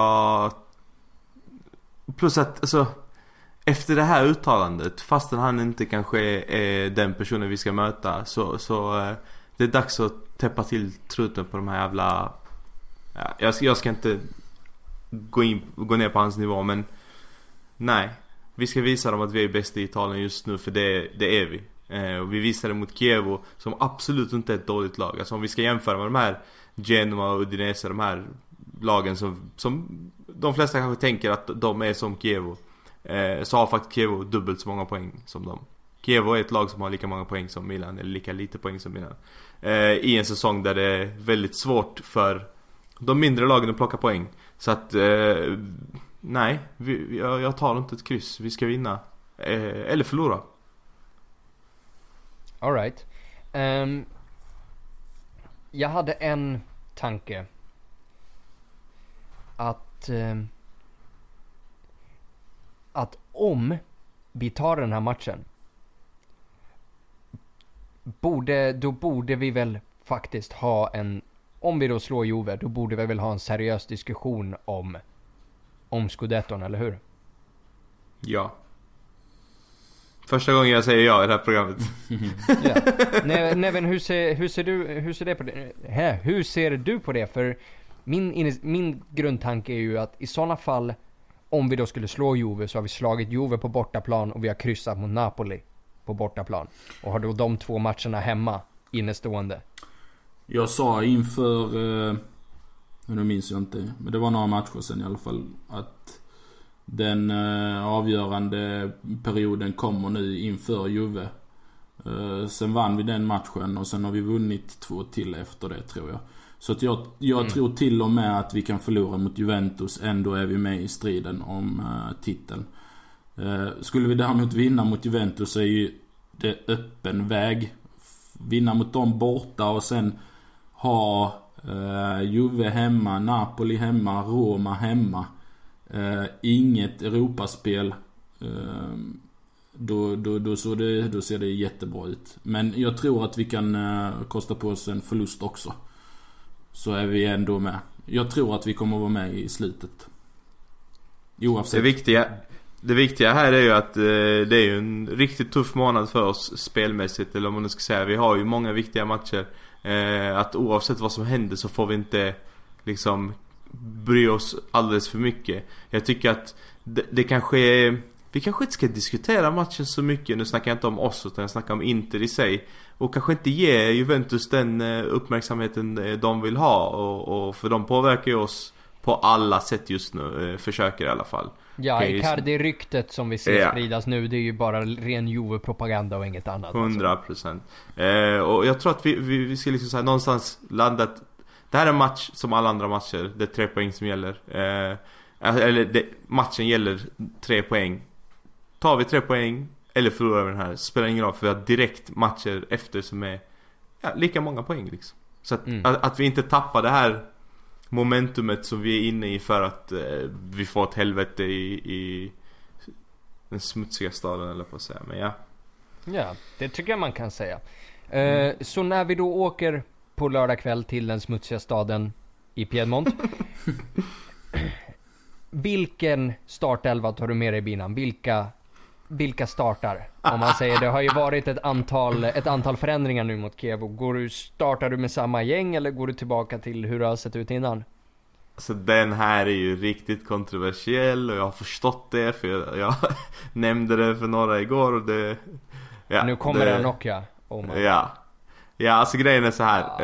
Plus att alltså, efter det här uttalandet, fastän han inte kanske är den personen vi ska möta, så det är dags att täppa till truten på de här jävla... Ja, jag ska inte gå ner på hans nivå, men nej. Vi ska visa dem att vi är bäst i Italien just nu, för det är vi. Och vi visar det mot Chievo, som absolut inte är ett dåligt lag. Alltså om vi ska jämföra med de här Genoa och Udinese, de här lagen som de flesta kanske tänker att de är som Chievo, så har faktiskt Chievo dubbelt så många poäng som dem. Chievo är ett lag som har lika många poäng som Milan, eller lika lite poäng som Milan, i en säsong där det är väldigt svårt för de mindre lagen att plocka poäng. Så att nej, jag tar inte ett kryss. Vi ska vinna eller förlora. All right. Jag hade en tanke att om vi tar den här matchen, då borde vi väl faktiskt ha om vi då slår Juve, då borde vi väl ha en seriös diskussion om Scudetton, eller hur? Ja. Första gången jag säger ja i det här programmet. Ja. Neven, hur ser du på det? För min grundtanke är ju att i sådana fall, om vi då skulle slå Juve, så har vi slagit Juve på bortaplan och vi har kryssat mot Napoli på bortaplan. Och har då de 2 matcherna hemma innestående. Jag sa inför, nu minns jag inte, men det var några matcher sen i alla fall, att den avgörande perioden kommer nu inför Juve. Sen vann vi den matchen och sen har vi vunnit 2 till efter det, tror jag. Så att jag tror till och med att vi kan förlora mot Juventus, ändå är vi med i striden om titeln. Skulle vi däremot vinna mot Juventus, så är ju det öppen väg. Vinna mot dem borta och sen ha Juve hemma, Napoli hemma, Roma hemma. Inget Europaspel. Då ser det jättebra ut. Men jag tror att vi kan kosta på oss en förlust också. Så är vi ändå med. Jag tror att vi kommer att vara med i slutet. Oavsett. Det viktiga här är ju att det är ju en riktigt tuff månad för oss spelmässigt, eller om man nu ska säga. Vi har ju många viktiga matcher. Att oavsett vad som händer så får vi inte liksom bry oss alldeles för mycket. Jag tycker att det kanske är, vi kanske inte ska diskutera matchen så mycket. Nu snackar jag inte om oss, utan jag snackar om Inter i sig. Och kanske inte ge Juventus den uppmärksamheten de vill ha. Och för de påverkar ju oss på alla sätt just nu. Försöker i alla fall. Ja, Icardi-ryktet som vi ser spridas nu, det är ju bara ren Juve-propaganda och inget annat. 100%. Och jag tror att vi ska liksom så här, någonstans landa. Det här är en match som alla andra matcher. Det är 3 poäng som gäller. Matchen gäller 3 poäng. Tar vi 3 poäng eller förlorar vi den här, spelar ingen roll, för vi har direkt matcher efter som är lika många poäng liksom. Så att vi inte tappar det här momentumet som vi är inne i för att vi får ett helvete i den smutsiga staden, eller på att säga. Men ja, det tycker jag man kan säga. Så när vi då åker på lördag kväll till den smutsiga staden i Piedmont, vilken startelva tar du med dig i bilen? Vilka startar? Om man säger, det har ju varit ett antal förändringar nu mot Kiev. Startar du med samma gäng eller går du tillbaka till hur det har sett ut innan? Så den här är ju riktigt kontroversiell, och jag har förstått det, för jag nämnde det för några igår, och det nu kommer det Nokia. Ja, alltså grejen är så här.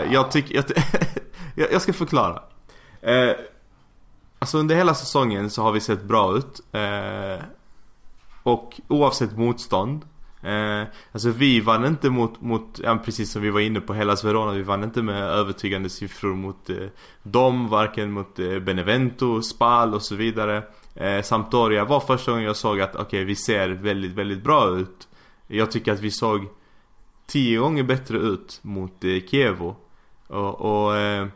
Jag ska förklara. Alltså under hela säsongen så har vi sett bra ut. Och oavsett motstånd. Alltså vi vann inte mot precis som vi var inne på, hela Verona. Vi vann inte med övertygande siffror mot dem, varken mot Benevento, Spal och så vidare. Sampdoria var första gången jag såg att okej, vi ser väldigt, väldigt bra ut. Jag tycker att vi såg 10 gånger bättre ut mot Kiev. Och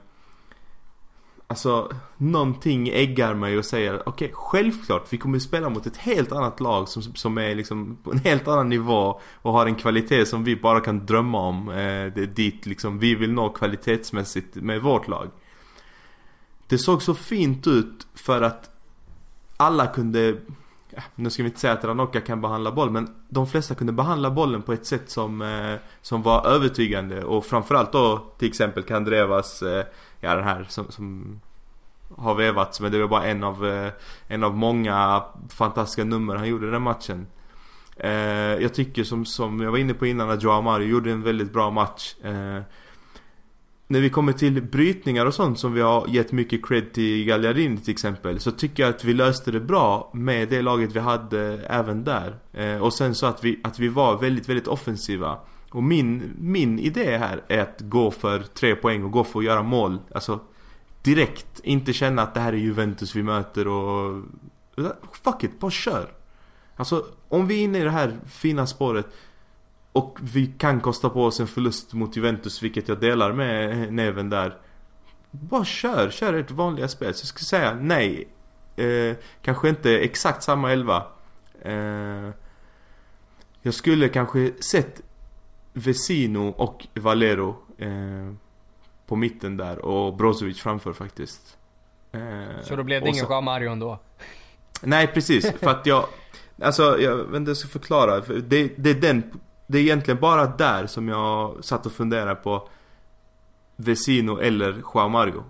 alltså någonting äggar mig och säger okej, självklart vi kommer att spela mot ett helt annat lag som är liksom på en helt annan nivå och har en kvalitet som vi bara kan drömma om. Det är dit liksom vi vill nå kvalitetsmässigt med vårt lag. Det såg så fint ut för att alla kunde, nu ska vi inte säga att Ranocchia kan behandla boll, men de flesta kunde behandla bollen på ett sätt som var övertygande. Och framförallt då till exempel Kandrevas, den här som har vevats, men det var bara en av många fantastiska nummer han gjorde i den matchen. Jag tycker som jag var inne på innan, att Joao Mario gjorde en väldigt bra match. När vi kommer till brytningar och sånt, som vi har gett mycket cred till Gagliardini till exempel, så tycker jag att vi löste det bra med det laget vi hade även där. Och sen så att vi var väldigt, väldigt offensiva. Och min idé här är att gå för 3 poäng och gå för att göra mål. Alltså direkt, inte känna att det här är Juventus vi möter och fuck it, bara kör. Alltså om vi är inne i det här fina spåret och vi kan kosta på oss en förlust mot Juventus, vilket jag delar med Neven där, bara kör ett vanliga spel. Så jag skulle säga nej, kanske inte exakt samma 11. Jag skulle kanske sett Vecino och Valero på mitten där, och Brozovic framför faktiskt. Så då blev det ingen Joao Mario ändå? Nej, precis. För att jag vet inte, jag ska förklara. Det är egentligen bara där som jag satt och funderade på Vecino eller Joao Mario.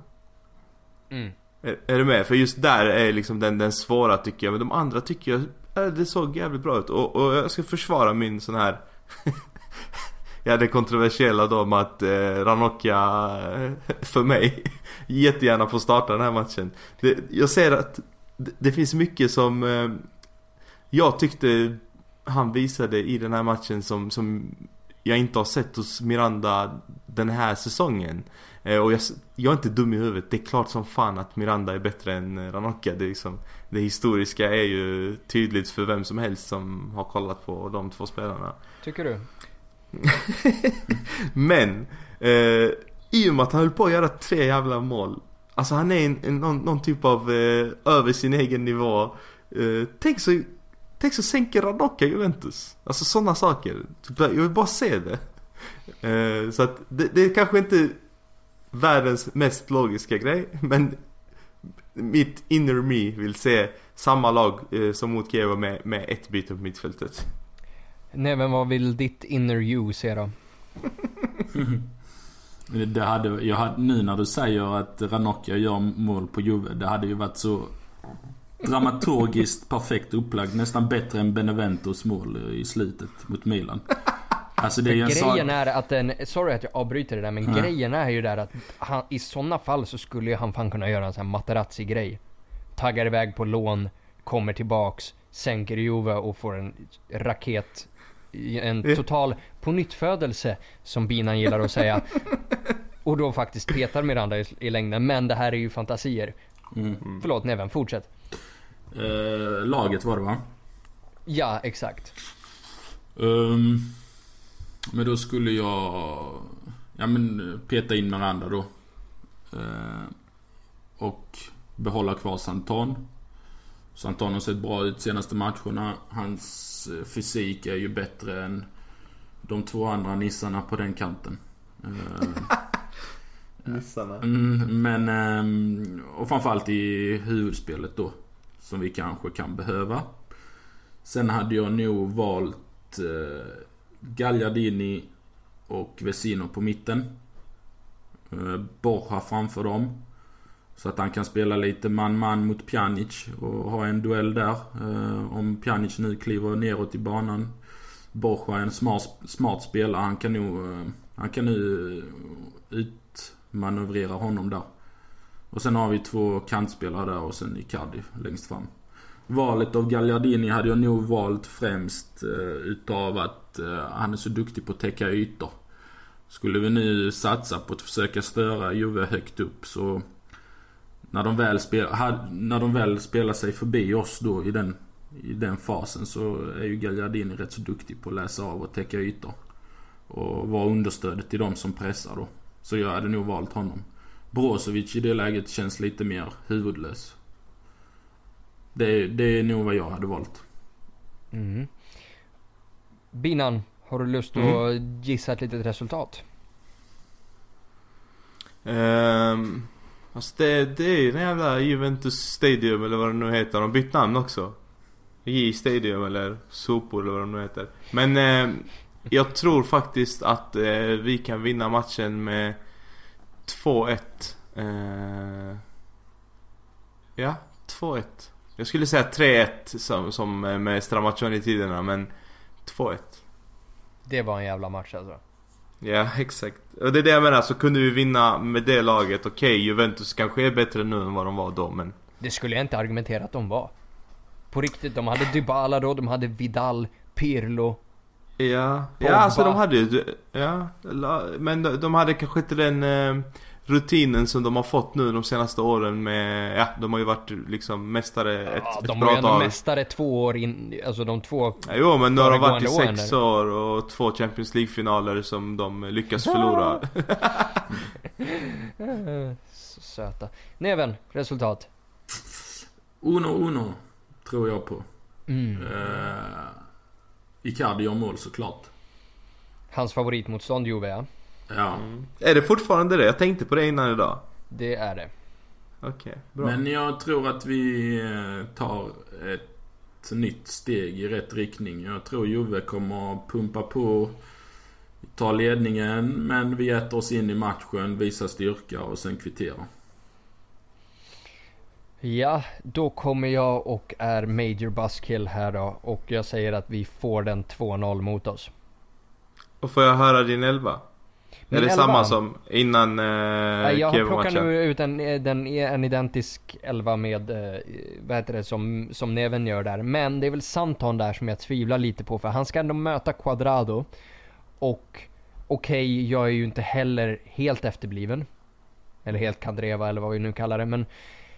Är du med? För just där är liksom den svåra, tycker jag. Men de andra tycker jag det såg jävligt bra ut. Och jag ska försvara min sån här det kontroversiella då med att Ranocchia för mig jättegärna får starta den här matchen. Jag ser att det finns mycket som jag tyckte han visade i den här matchen som jag inte har sett hos Miranda den här säsongen. Och jag är inte dum i huvudet. Det är klart som fan att Miranda är bättre än Ranocchia. Det historiska är ju tydligt för vem som helst som har kollat på de två spelarna. Tycker du? Men i och med att han höll på att göra 3 jävla mål, Alltså han är någon typ av över sin egen nivå. Tänk så sänker Ranocchia Juventus. Alltså sådana saker. Jag vill bara se det. Så att det är kanske inte världens mest logiska grej, men mitt inner me vill se samma lag som mot Kiev med ett byte på mittfältet. Nej, men vad vill ditt inner you se då? Nu när du säger att Ranocchia gör mål på Juve, det hade ju varit så dramaturgiskt perfekt upplagt, nästan bättre än Beneventos mål i slutet mot Milan. Alltså det är ju grejen är att sorry att jag avbryter det där, men grejen är ju där att han, i sådana fall så skulle ju han fan kunna göra en sån här Materazzi-grej. Taggar iväg på lån, kommer tillbaks, sänker Juve och får en raket, en total pånyttfödelse, som Binan gillar att säga. Och då faktiskt petar Miranda i längden. Men det här är ju fantasier. Förlåt, Neven, fortsätt. Laget var det, va? Ja, exakt. Men då skulle jag peta in Miranda då. Och behålla kvar Santon. Santon har sett bra ut senaste matcherna. Hans fysik är ju bättre än de två andra nissarna på den kanten. Nissarna. Och framförallt i huvudspelet då, som vi kanske kan behöva. Sen hade jag nog valt Gagliardini och Vecino på mitten. Borja framför dem, så att han kan spela lite man mot Pjanic och ha en duell där. Om Pjanic nu kliver neråt i banan, Borja är en smart spelare. Han kan nu utmanövrera honom där. Och sen har vi två kantspelare där och sen Icardi längst fram. Valet av Gagliardini hade jag nog valt främst utav att han är så duktig på att täcka ytor. Skulle vi nu satsa på att försöka störa Juve högt upp, så när de väl spelar sig förbi oss då i den fasen, så är ju Gagliardini rätt så duktig på att läsa av och täcka ytor och vara understödet till de som pressar då. Så jag hade nog valt honom. Brozovic i det läget känns lite mer huvudlös. Det är nog vad jag hade valt. Binan, har du lust att gissa ett litet resultat? Alltså det är ju den jävla Juventus Stadium eller vad det nu heter. De bytt namn också. J Stadium eller Sopor eller vad det nu heter. Men jag tror faktiskt att vi kan vinna matchen med 2-1. Ja, 2-1. Jag skulle säga 3-1 som med Stramaccioni-tiderna, men 2-1. Det var en jävla match alltså. Ja, exakt. Och det är det jag menar, så kunde vi vinna med det laget. Okej, Juventus kanske är bättre nu än vad de var då, men det skulle jag inte argumentera att de var. På riktigt, de hade Dybala då, de hade Vidal, Pirlo. Ja, alltså de hade ju, men de hade kanske inte den rutinen som de har fått nu de senaste åren med, de har ju varit liksom mästare ett de bra var ju ändå tag. Mästare 2 år in, alltså de två. Jo, men nu har de varit i 6 år och 2 Champions League-finaler som de lyckas förlora. Så söta. Neven, resultat? 1-1 tror jag på. Icardi gör mål såklart. Hans favoritmotstånd Juve, ja. Ja. Är det fortfarande det? Jag tänkte på det innan idag. Det är det. Okej, bra. Men jag tror att vi tar ett nytt steg i rätt riktning. Jag tror Juve kommer att pumpa på, ta ledningen, men vi äter oss in i matchen, visar styrka och sen kvittera. Ja, då kommer jag och är Major Buskill här då, och jag säger att vi får den 2-0 mot oss. Och får jag höra din 11? Är det samma som innan jag har plockat nu ut en identisk 11 med vad heter det, som Neven gör där. Men det är väl Santon där som jag tvivlar lite på, för han ska ändå möta Quadrado. Och okej, jag är ju inte heller helt efterbliven, eller helt Kandreva eller vad vi nu kallar det, men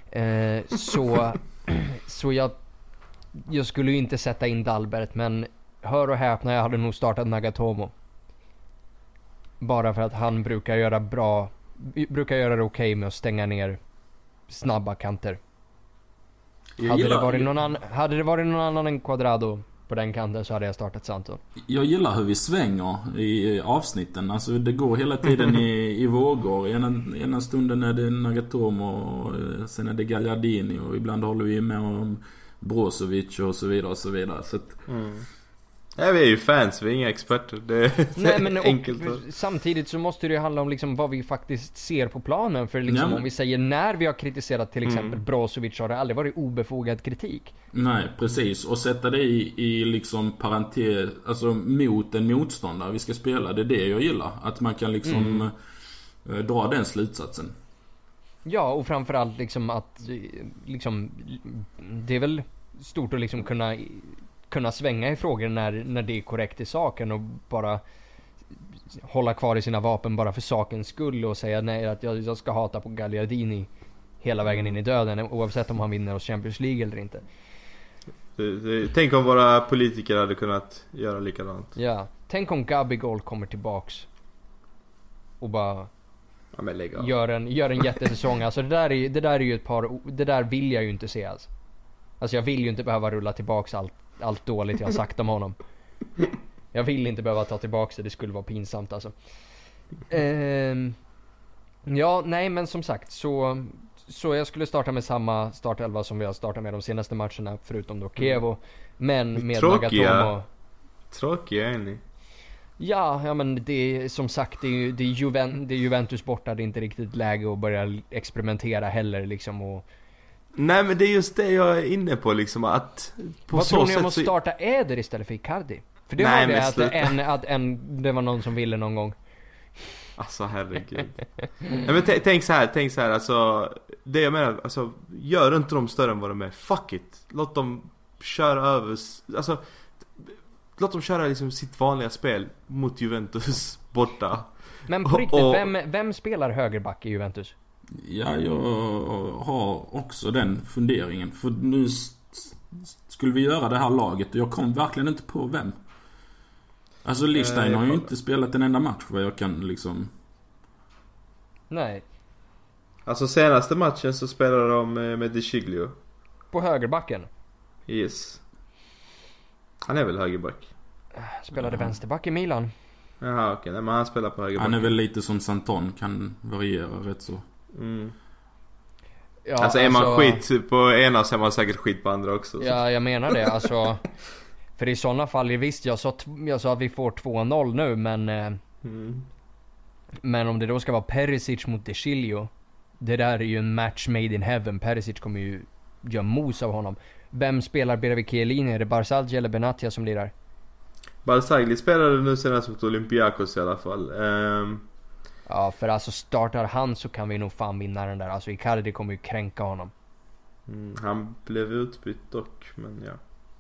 så jag skulle ju inte sätta in Dalbert, men hör och häpna, jag hade nog startat Nagatomo. Bara för att han brukar göra det okej med att stänga ner snabba kanter. Jag Hade gillar- det varit någon annan än Cuadrado på den kanten så hade jag startat Santo. Jag gillar hur vi svänger i avsnitten. Alltså det går hela tiden i vågor. Ena stunden är det Nagatomo och sen är det Gagliardini och ibland håller vi med om Brozovic och så vidare och så vidare. Så att, Ja, vi är ju fans, vi är inga experter. Det är Nej, men enkelt. samtidigt så måste det ju handla om liksom vad vi faktiskt ser på planen. För liksom, Ja, men- om vi säger när vi har kritiserat till exempel Brozovic, har det aldrig varit obefogad kritik. nej, precis. Och sätta det i liksom parentes, alltså mot en motståndare vi ska spela. Det är det jag gillar. Att man kan liksom dra den slutsatsen. Ja, och framförallt liksom att liksom, det är väl stort att liksom kunna svänga i frågor när det är korrekt i saken och bara hålla kvar i sina vapen bara för sakens skull och säga nej, att jag ska hata på Gagliardini hela vägen in i döden oavsett om han vinner oss Champions League eller inte. Tänk om våra politiker hade kunnat göra likadant. Ja, tänk om Gabigol kommer tillbaks och bara Ja, men lägg av. gör en jättesäsong. Alltså det där är ju det där vill jag ju inte se alls. Alltså jag vill ju inte behöva rulla tillbaks allt dåligt jag har sagt om honom. Jag vill inte behöva ta tillbaks det skulle vara pinsamt alltså. Ja, nej men som sagt så jag skulle starta med samma startelva som vi har startat med de senaste matcherna förutom då Kevo, men med Nagatomo. Tråkiga är ni. Ja, men det är som sagt det är Juventus borta, det är inte riktigt läge att börja experimentera heller liksom och Nej, men det är just det jag är inne på liksom, att på vad så tror ni sätt om att så... starta Eder istället för Icardi? För det Nej, var men det att sluta. det var någon som ville någon gång. Alltså herregud. Nej, men tänk så här, alltså det jag menar, alltså gör inte dem större än vad de är. Fuck it. Låt dem köra över, alltså låt dem köra liksom sitt vanliga spel mot Juventus borta. Men på riktigt, vem spelar högerback i Juventus? Ja, jag har också den funderingen. För nu skulle vi göra det här laget och jag kom verkligen inte på vem. Alltså Lichstein har ju inte spelat en enda match vad jag kan liksom... Nej, Alltså senaste matchen så spelade de med De Sciglio. på högerbacken. Yes. Han är väl högerback? Spelade vänsterback i Milan. Jaha, okej. Nej, men han spelar på högerback. Han är väl lite som Santon, kan variera rätt så. Ja, alltså är man skit på ena så är man säkert skit på andra också. Ja, jag menar det. Alltså, för i sådana fall, visst jag sa att vi får 2-0 nu, men om det då ska vara Perisic mot De Sciglio, det där är ju en match made in heaven. Perisic kommer ju göra mos av honom. Vem spelar bredvid Chiellini? Är det Barzagli eller Benatia som blir där? Barzagli spelade nu senast mot Olympiakos i alla fall. Ja, för alltså startar han så kan vi nog fan vinna den där. Alltså Icardi kommer ju kränka honom. Han blev utbytt dock, men ja.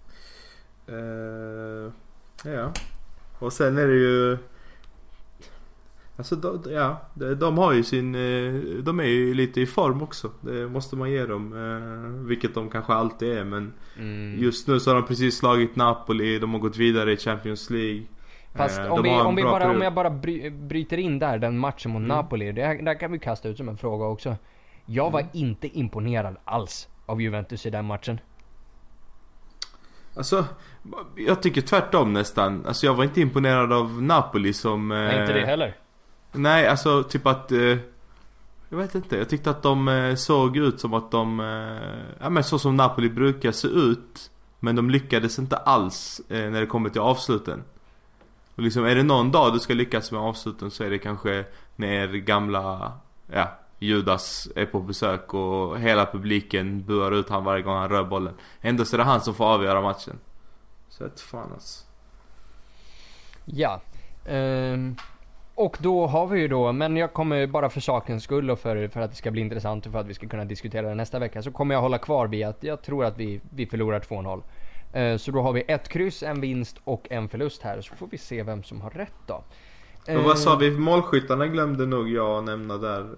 Ja. Och sen är det ju... Alltså de har ju sin... De är ju lite i form också. Det måste man ge dem. Vilket de kanske alltid är. Men just nu så har de precis slagit Napoli. De har gått vidare i Champions League. Fast om jag bara bryter in där den matchen mot Napoli, där kan vi kasta ut som en fråga också. Jag var inte imponerad alls av Juventus i den matchen. Alltså, jag tycker tvärtom nästan. Alltså jag var inte imponerad av Napoli som... Nej, inte det heller. Nej, alltså typ att... jag vet inte, jag tyckte att de såg ut som att de... ja, men så som Napoli brukar se ut. Men de lyckades inte alls när det kommer till avsluten. Och liksom, är det någon dag du ska lyckas med avsluten så är det kanske när gamla Judas är på besök och hela publiken buar ut han varje gång han rör bollen. Ändå så är det han som får avgöra matchen. Så att fan alltså. Ja. Och då har vi ju då, men jag kommer bara för sakens skull och för att det ska bli intressant och för att vi ska kunna diskutera det nästa vecka, så kommer jag hålla kvar vid att jag tror att vi förlorar 2-0. Så då har vi ett kryss, en vinst och en förlust här. Så får vi se vem som har rätt då. Och vad sa vi? Målskyttarna glömde nog jag nämna där.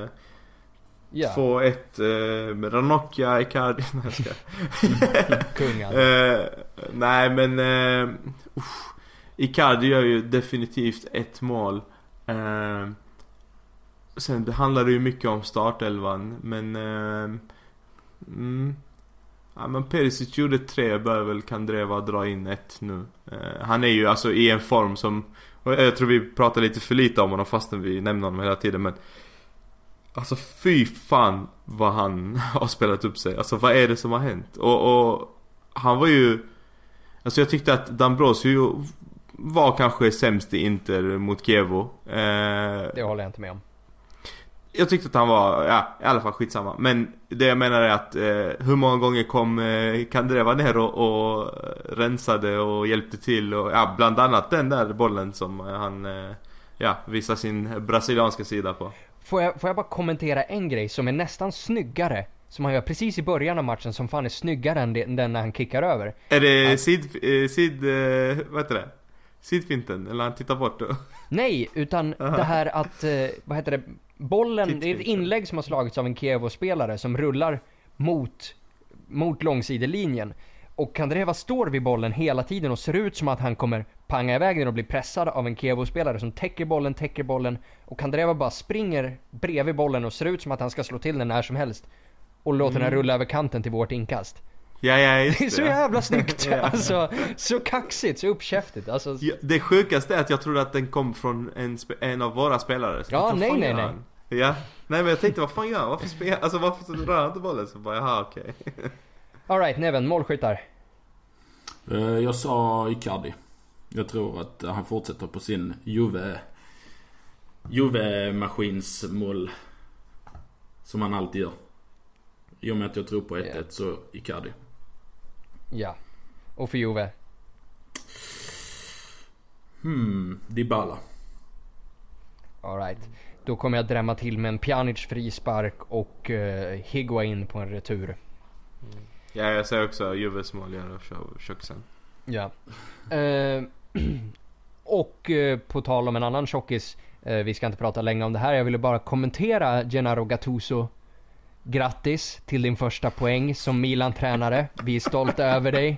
2-1 Ranocchia, Icardi. Kungan. Nej men Icardi gör ju definitivt ett mål. Sen det handlar ju mycket om startelvan. Men ja, men Perisic gjorde 3, bör väl Kandreva dra in 1 nu. Han är ju alltså i en form som, och jag tror vi pratar lite för lite om honom fastän vi nämner honom hela tiden, men alltså fy fan vad han har spelat upp sig. Alltså vad är det som har hänt? Och han var ju, alltså jag tyckte att D'Ambrosio var kanske sämst i Inter mot Chievo. Det håller jag inte med om. Jag tyckte att han var, ja, i alla fall skitsamma. Men det jag menar är att hur många gånger kom Kandreva ner och rensade och hjälpte till. Och, ja, bland annat den där bollen som han visar sin brasilianska sida på. Får jag bara kommentera en grej som är nästan snyggare, som han gör precis i början av matchen, som fan är snyggare än den när han kickar över. Är det vad heter det? Sidfinten, eller han tittar bort då? Nej, utan det här att, vad heter det, bollen, det är ett inlägg som har slagits av en Chievo-spelare som rullar mot långsidelinjen. Och Kandreva står vid bollen hela tiden och ser ut som att han kommer panga iväg den och bli pressad av en Chievo-spelare som täcker bollen. Och Kandreva bara springer bredvid bollen och ser ut som att han ska slå till den när som helst. Och låter den rulla över kanten till vårt inkast. Ja, just det är så jävla snyggt. Alltså, så kaxigt, så uppkäftigt. Alltså, ja, det sjukaste är att jag trodde att den kom från en av våra spelare. Så ja, nej. Ja, nej, men jag tänkte, vad fan gör han? Varför rör han inte bollen? Så bara, jaha, okej. All right, Neven, målskyttar. Jag sa Icardi. Jag tror att han fortsätter på sin Juve-maskins mål som han alltid gör. I och med att jag tror på 1-1 så Icardi. Ja. Och för Juve? Dybala. All right. Då kommer jag drämma till med en Pjanic frispark och Higuain på en retur. Ja, jag säger också Juves mål och köksen. Ja. Och på tal om en annan tjockis, vi ska inte prata länge om det här. Jag ville bara kommentera Gennaro Gattuso. Grattis till din första poäng som Milan-tränare. Vi är stolta över dig.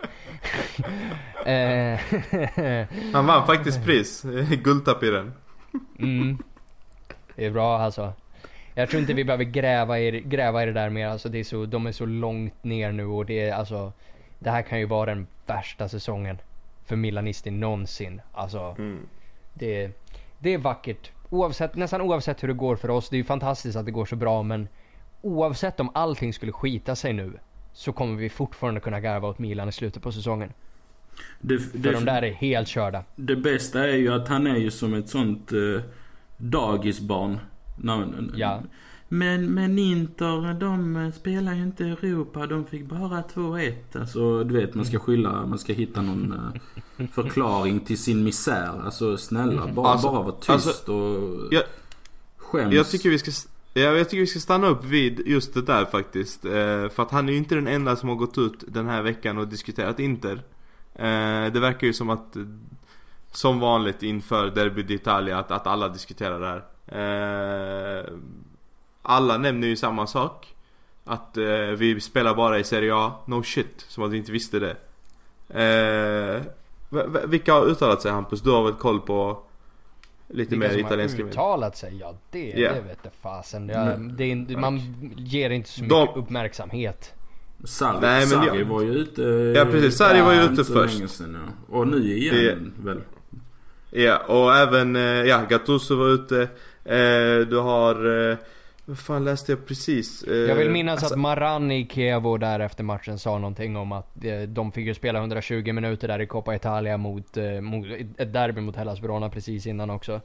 Han vann faktiskt pris. Guldtapiren. Det är bra alltså. Jag tror inte vi behöver gräva i det där mer. Alltså, de är så långt ner nu. Och det här kan ju vara den värsta säsongen för Milanisti någonsin. Alltså, det är vackert. Nästan oavsett hur det går för oss. Det är ju fantastiskt att det går så bra, men oavsett om allting skulle skita sig nu, så kommer vi fortfarande kunna garva åt Milan i slutet på säsongen. För de där är helt körda. Det bästa är ju att han är ju som ett sånt dagisbarn. Ja. Men Inter, de spelar ju inte i Europa. De fick bara 2-1. Alltså, du vet, man ska hitta någon förklaring till sin misär. Alltså, snälla, bara vara tyst och skäms. Jag tycker vi ska stanna upp vid just det där faktiskt. För att han är ju inte den enda som har gått ut den här veckan och diskuterat Inter. Det verkar ju som att, som vanligt inför Derby d'Italia, att alla diskuterar det här. Alla nämner ju samma sak. Att vi spelar bara i Serie A. No shit, som att vi inte visste det. Vilka har uttalat sig, Hampus? Du har väl koll på lite vilka mer som italienska har uttalat sig? Ja, det vet jag fasen. Man ger inte så mycket uppmärksamhet. Sarri var ju ute. Ja, precis. Sarri var ju ute först. Sedan, och nu igen väl. Ja, och även Gattuso var ute. Du har vad fan läste jag precis? Jag vill minnas att Marani i Chievo där efter matchen sa någonting om att de fick ju spela 120 minuter där i Coppa Italia mot ett derby mot Hellas Verona precis innan också.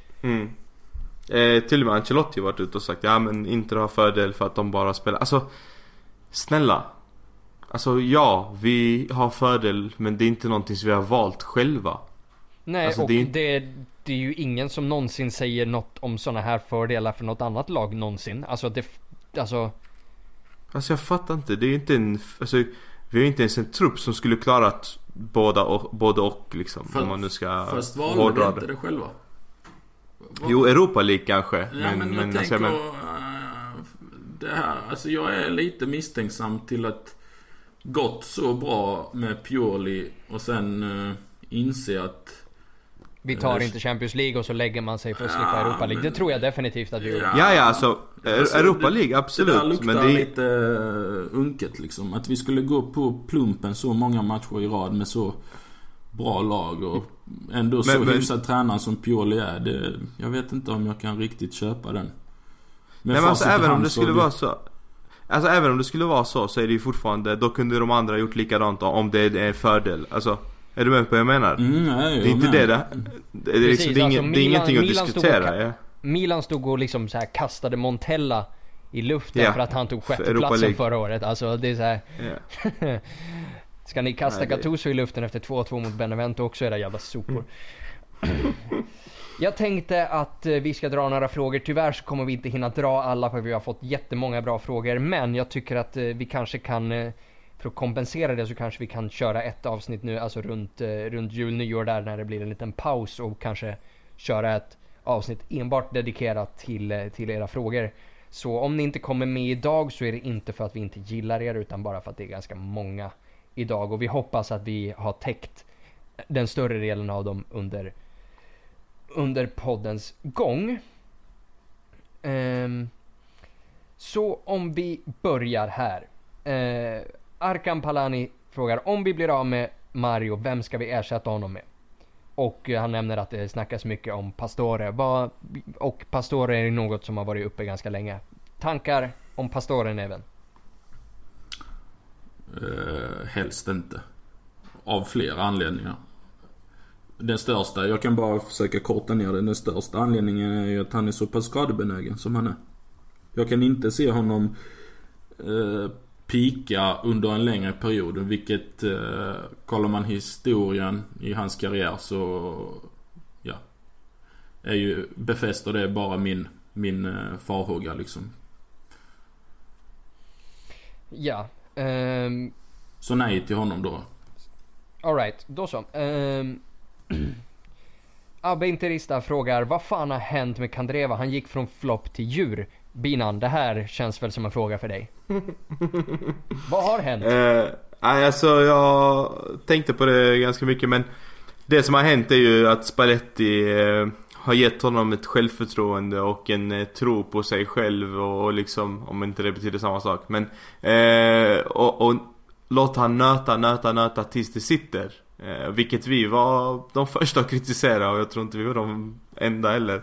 Till och med Ancelotti har varit ute och sagt men Inter har fördel för att de bara spelar. Alltså, snälla. Alltså ja, vi har fördel, men det är inte någonting som vi har valt själva. Nej, alltså, och det är ju ingen som någonsin säger något om såna här fördelar för något annat lag någonsin. Alltså jag fattar inte. Det är ju inte vi har ju inte ens en trupp som skulle klarat både och liksom, om man nu ska. Fast valde inte det själva. Jo, Europa League kanske. Ja, men jag tänker det här, alltså jag är lite misstänksam till att gått så bra med Pioli och sen inse att Vi tar inte Champions League och så lägger man sig för att slippa Europa League. Det tror jag definitivt att vi gjorde. Ja, alltså Europa League, absolut. Det luktar men det lite unket liksom. Att vi skulle gå på plumpen så många matcher i rad med så bra lag och ändå så hyfsad tränare som Pioli är. Det, jag vet inte om jag kan riktigt köpa den. Men alltså, även om det skulle vara så. Alltså även om det skulle vara så är det ju fortfarande, då kunde de andra gjort likadant om det är en fördel. Alltså, är du med på vad jag menar? Nej, det är inte det är liksom, det är ingenting att diskutera. Milan stod och liksom så här kastade Montella i luften för att han tog sjätteplatsen förra året. Alltså det är så här. Ska ni kasta Gattuso i luften efter 2-2 mot Benevento också, era jävla sopor. Jag tänkte att vi ska dra några frågor. Tyvärr så kommer vi inte hinna dra alla för vi har fått jättemånga bra frågor. Men jag tycker att vi kanske kan, för att kompensera det så kanske vi kan köra ett avsnitt nu, alltså runt jul, nyår där när det blir en liten paus, och kanske köra ett avsnitt enbart dedikerat till era frågor. Så om ni inte kommer med idag så är det inte för att vi inte gillar er, utan bara för att det är ganska många idag. Och vi hoppas att vi har täckt den större delen av dem under poddens gång. Så om vi börjar här. Arkan Palani frågar: om vi blir av med Mario, vem ska vi ersätta honom med? Och han nämner att det snackas mycket om Pastore. Och Pastore är något som har varit uppe ganska länge. Tankar om Pastoren även? Helst inte. Av flera anledningar. Den största, jag kan bara försöka korta ner det. Den största anledningen är ju att han är så pass skadebenägen som han är. Jag kan inte se honom pika under en längre period. Vilket kollar man historien i hans karriär så är ju befäster det bara min farhåga liksom. Ja. Så nej till honom då. All right, då så. Abbe Interista frågar: vad fan har hänt med Kandreva? Han gick från flopp till djur. Binan, det här känns väl som en fråga för dig. Vad har hänt? Alltså jag tänkte på det ganska mycket, men det som har hänt är ju att Spalletti har gett honom ett självförtroende och en tro på sig själv, och liksom, om inte det betyder samma sak, men och låt han nöta tills det sitter. Vilket vi var de första att kritisera, och jag tror inte vi var de enda heller.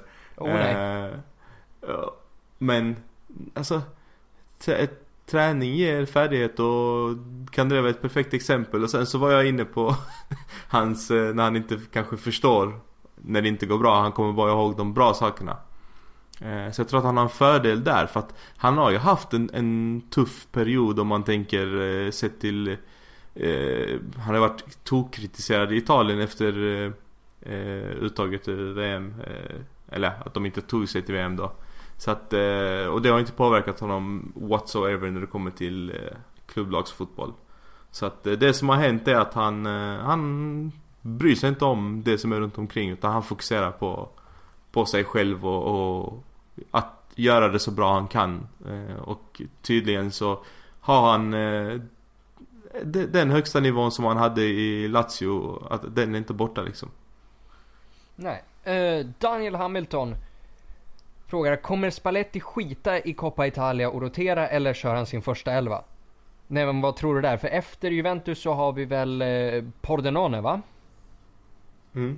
Men alltså träning ger färdighet, och kan det vara ett perfekt exempel. Och sen så var jag inne på hans, när han inte kanske förstår när det inte går bra, han kommer bara ihåg de bra sakerna. Så jag tror att han har en fördel där, för att han har ju haft en tuff period om man tänker sett till han har varit tokkritiserad i Italien efter uttaget ur VM, eller att de inte tog sig till VM då. Så att, och det har inte påverkat honom whatsoever när det kommer till klubblagsfotboll. Så att det som har hänt är att han bryr sig inte om det som är runt omkring, utan han fokuserar på sig själv och att göra det så bra han kan. Och tydligen så har han den högsta nivån som han hade i Lazio, att den är inte borta liksom. Nej. Daniel Hamilton frågar: kommer Spalletti skita i Coppa Italia och rotera, eller kör han sin första 11? Nej, men vad tror du där? För efter Juventus så har vi väl Pordenone, va? Mm.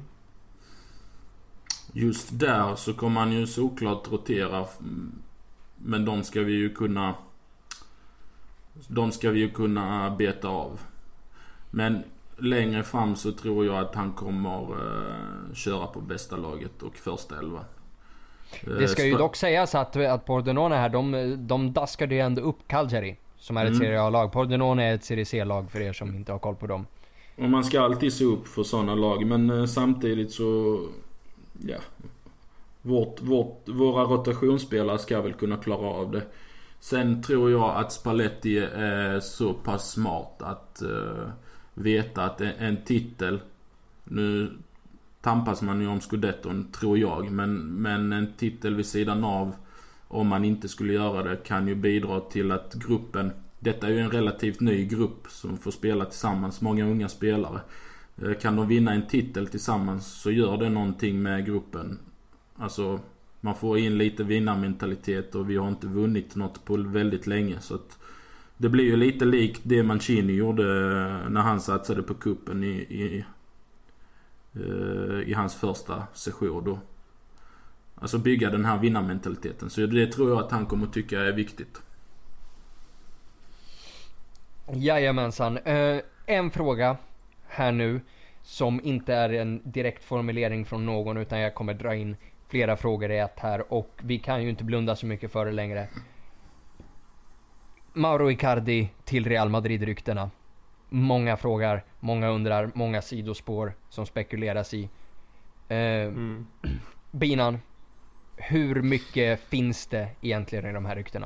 Just där så kommer han ju såklart rotera, men de ska vi ju kunna beta av. Men längre fram så tror jag att han kommer köra på bästa laget och första 11. Det ska ju dock sägas att Pordenone här, de daskade ju ändå upp Cagliari, som är ett Serie A-lag. Pordenone är ett Serie C-lag för er som inte har koll på dem. Och man ska alltid se upp för sådana lag, men samtidigt så våra rotationsspelare ska väl kunna klara av det. Sen tror jag att Spalletti är så pass smart att veta att en titel, nu tampas man ju om Scudetton tror jag, men en titel vid sidan av, om man inte skulle göra det, kan ju bidra till att gruppen, detta är ju en relativt ny grupp som får spela tillsammans, många unga spelare, Kan de vinna en titel tillsammans så gör det någonting med gruppen. Alltså man får in lite vinnarmentalitet och vi har inte vunnit något på väldigt länge. Så att det blir ju lite likt det Mancini gjorde när han satsade på kuppen i hans första session då. Alltså bygga den här vinnarmentaliteten. Så det tror jag att han kommer tycka är viktigt. Jajamensan. En fråga här nu som inte är en direkt formulering från någon, utan jag kommer dra in flera frågor i ett här, och vi kan ju inte blunda så mycket för det längre. Mauro Icardi till Real Madrid-ryktena. Många frågar, många undrar, många sidospår som spekuleras i. Binan, hur mycket finns det egentligen i de här ryktena?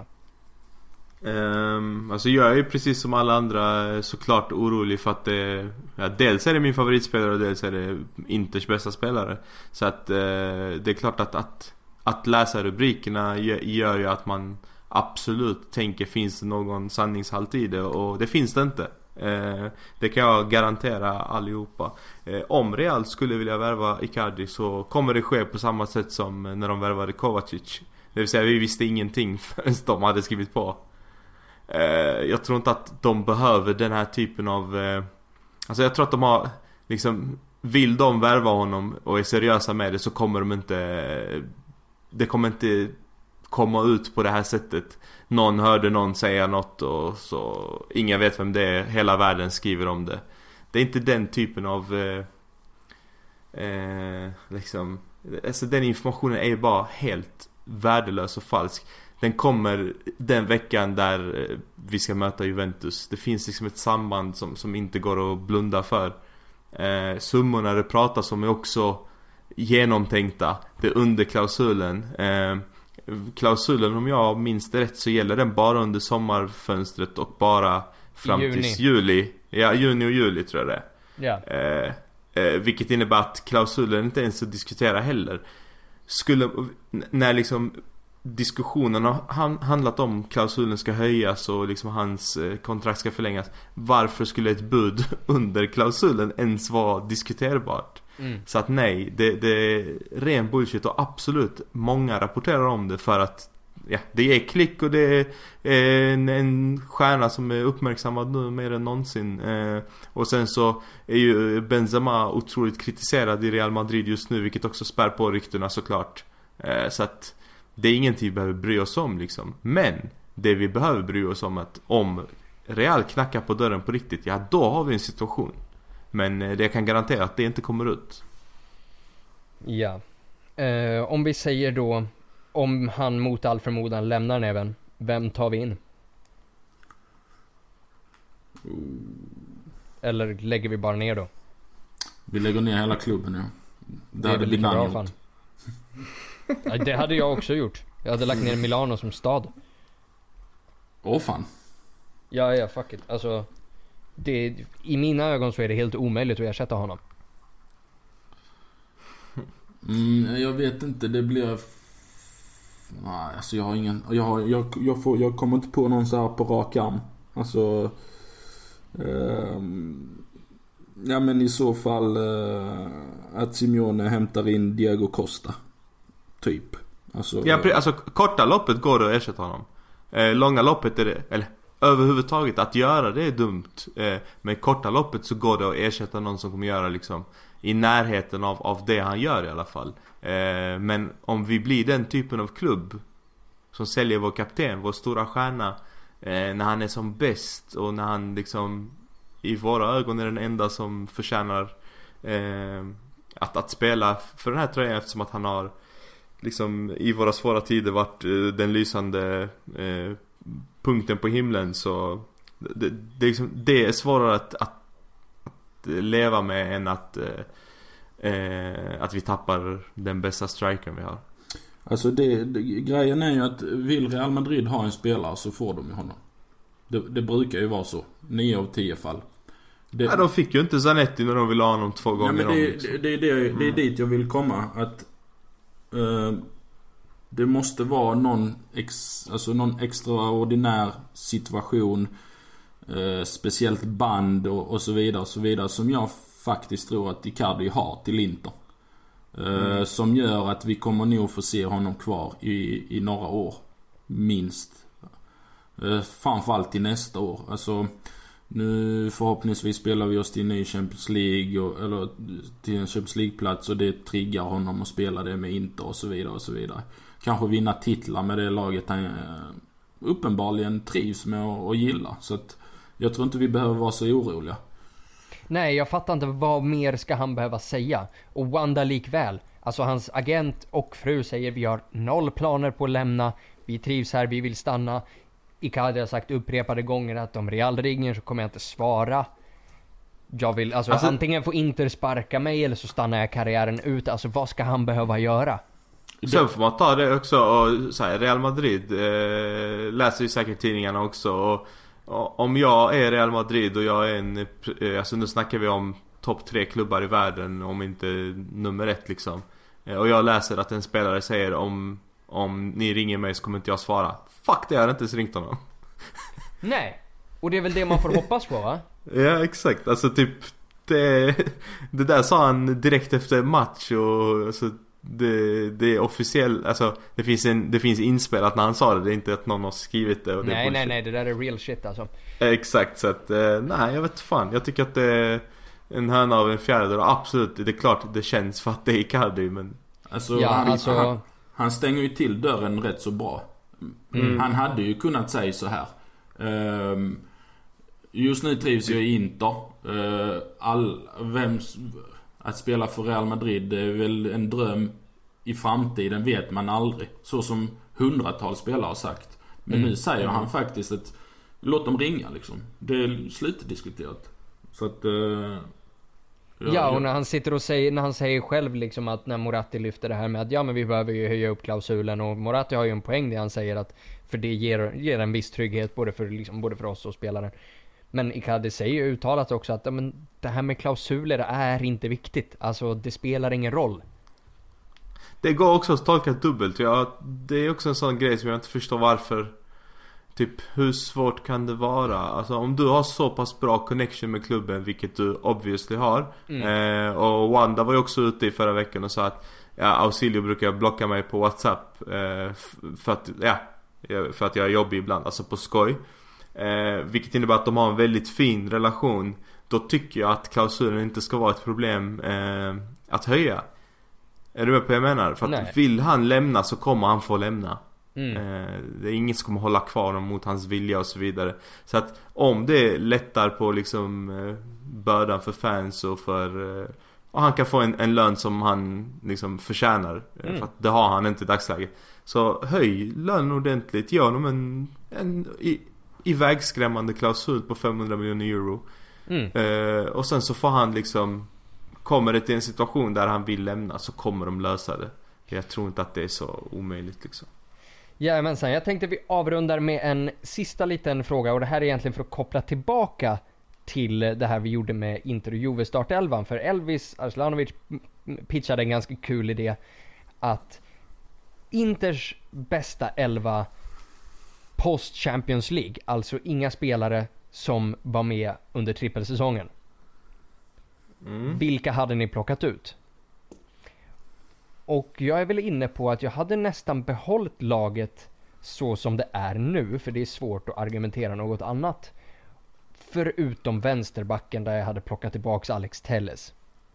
Alltså jag är ju precis som alla andra såklart orolig för att dels är det min favoritspelare och dels är det Inters bästa spelare. Så att det är klart att läsa rubrikerna gör ju att man absolut tänker, finns det någon sanningshalt i det? Och det finns det inte. Det kan jag garantera allihopa. Om Real skulle vilja värva Icardi så kommer det ske på samma sätt som när de värvade Kovacic. Det vill säga vi visste ingenting förrän de hade skrivit på. Jag tror inte att de behöver den här typen av alltså jag tror att de har liksom, vill de värva honom och är seriösa med det så kommer de inte, det kommer inte komma ut på det här sättet. Någon hörde någon säga något och så ingen vet vem det är, hela världen skriver om det. Det är inte den typen av liksom, alltså den informationen är bara helt värdelös och falsk. Den kommer den veckan där vi ska möta Juventus. Det finns liksom ett samband som inte går att blunda för. Summorna det pratas om är också genomtänkta. Det är under klausulen. Klausulen, om jag minns det rätt, så gäller den bara under sommarfönstret och bara fram till juli. Ja, juni och juli tror jag det. Yeah. Vilket innebär att klausulen inte ens att diskutera heller. När liksom diskussionen har handlat om klausulen ska höjas och liksom hans kontrakt ska förlängas, varför skulle ett bud under klausulen ens vara diskuterbart? Så att nej, det är ren bullshit, och absolut många rapporterar om det för att det ger klick och det är en stjärna som är uppmärksammad nu mer än någonsin. Och sen så är ju Benzema otroligt kritiserad i Real Madrid just nu, vilket också spär på ryktena såklart. Så att det är ingenting vi behöver bry oss om liksom. Men det vi behöver bry oss om att om Real knackar på dörren på riktigt, ja då har vi en situation. Men det kan garantera att det inte kommer ut. Ja. Om vi säger då, om han mot all förmodan lämnar Neven, vem tar vi in? Eller lägger vi bara ner då? Vi lägger ner hela klubben, ja. Det hade blivit bra fan. Ja, det hade jag också gjort. Jag hade lagt ner Milano som stad. Fan. Ja, fuck it. Alltså, i mina ögon så är det helt omöjligt att ersätta honom. Jag vet inte, det blir... Nej, alltså jag har ingen... Jag kommer inte på någon så här på rak arm. Alltså... ja, men i så fall att Simeone hämtar in Diego Costa. Typ. Alltså, alltså korta loppet går det att ersätta honom. Långa loppet är det... Eller överhuvudtaget att göra det är dumt. Men korta loppet så går det att ersätta någon som kommer göra liksom i närheten av det han gör i alla fall. Men om vi blir den typen av klubb som säljer vår kapten, vår stora stjärna, när han är som bäst och när han liksom i våra ögon är den enda som förtjänar att spela för den här tröjan, eftersom att han har liksom i våra svåra tider varit den lysande punkten på himlen, så det är svårare att leva med än att vi tappar den bästa strikern vi har. Alltså grejen är ju att vill Real Madrid ha en spelare så får de ju honom. Det brukar ju vara så. 9 av 10 fall. Ja, de fick ju inte Zanetti när de ville ha honom 2 gånger. Ja, men det är dit jag vill komma. Att det måste vara någon extraordinär situation, speciellt band och så vidare som jag faktiskt tror att Icardi har till Inter. Som gör att vi kommer nog få se honom kvar i några år. Minst. Framförallt till nästa år. Alltså, nu förhoppningsvis spelar vi oss till en ny Champions League eller till en Champions League-plats, och det triggar honom att spela det med Inter och så vidare och så vidare. Kanske vinna titlar med det laget han uppenbarligen trivs med och gillar. Så att jag tror inte vi behöver vara så oroliga. Nej, jag fattar inte, vad mer ska han behöva säga? Och Wanda likväl. Alltså hans agent och fru säger vi har 0 planer på att lämna. Vi trivs här, vi vill stanna. Icardi har sagt upprepade gånger att om Real ringer så kommer jag inte svara. Jag vill alltså antingen få Inter sparka mig eller så stannar jag karriären ut. Alltså vad ska han behöva göra? Sen får man ta det också och så här, Real Madrid läser ju säkert tidningarna också, och om jag är Real Madrid och jag är alltså nu snackar vi om topp 3 klubbar i världen, om inte nummer 1 liksom, och jag läser att en spelare säger om ni ringer mig så kommer inte jag svara. Fuck, det har inte ens ringt honom. Nej, och det är väl det man får hoppas på, va? Ja, exakt. Alltså typ det där sa han direkt efter match, och alltså, det är officiellt. Alltså det finns inspelat när han sa det. Det är inte att någon har skrivit det, och det nej, det där är real shit alltså. Exakt, så att nej, jag vet fan. Jag tycker att det är en hörna av en fjärde, och absolut, det är klart det känns för att det är Icardi, men alltså, ja, han stänger ju till dörren rätt så bra. Han hade ju kunnat säga så här. Just nu trivs jag i Inter. Att spela för Real Madrid är väl en dröm. I framtiden vet man aldrig. Så som hundratals spelare har sagt. Men nu säger han faktiskt att låt dem ringa liksom. Det är slutdiskuterat. Så att ja, och när han sitter och säger, när han säger själv liksom att när Moratti lyfter det här med att ja, men vi behöver ju höja upp klausulen, och Moratti har ju en poäng det han säger, att för det ger en viss trygghet både för oss och spelaren. Men Icardi säger ju uttalat också att men, det här med klausuler är inte viktigt. Alltså det spelar ingen roll. Det går också att tolka dubbelt. Ja, det är också en sån grej som jag inte förstår varför. Typ, hur svårt kan det vara? Alltså om du har så pass bra connection med klubben, vilket du obviously har. Och Wanda var ju också ute i förra veckan och sa att Ausilio brukar blocka mig på WhatsApp för att jag är jobbig ibland, alltså på skoj. Vilket innebär att de har en väldigt fin relation. Då tycker jag att klausulen inte ska vara ett problem att höja. Är du med på vad jag menar? För att vill han lämna så kommer han få lämna. Det är inget som kommer hålla kvar honom mot hans vilja och så vidare. Så att om det lättar på liksom bördan för fans och och han kan få en lön som han liksom förtjänar, för att det har han inte i dagsläget. Så höj lönen ordentligt. Gör honom en ivägskrämmande klausul på 500 miljoner euro. Och sen så får han liksom, kommer det till en situation där han vill lämna, så kommer de lösa det. Jag tror inte att det är så omöjligt liksom. Jajamensan, jag tänkte vi avrundar med en sista liten fråga, och det här är egentligen för att koppla tillbaka till det här vi gjorde med Inter och Juve startelvan. För Elvis Arslanovic pitchade en ganska kul idé att Inters bästa 11 post Champions League, alltså inga spelare som var med under trippelsäsongen. Vilka hade ni plockat ut? Och jag är väl inne på att jag hade nästan behållit laget så som det är nu, för det är svårt att argumentera något annat. Förutom vänsterbacken där jag hade plockat tillbaks Alex Telles.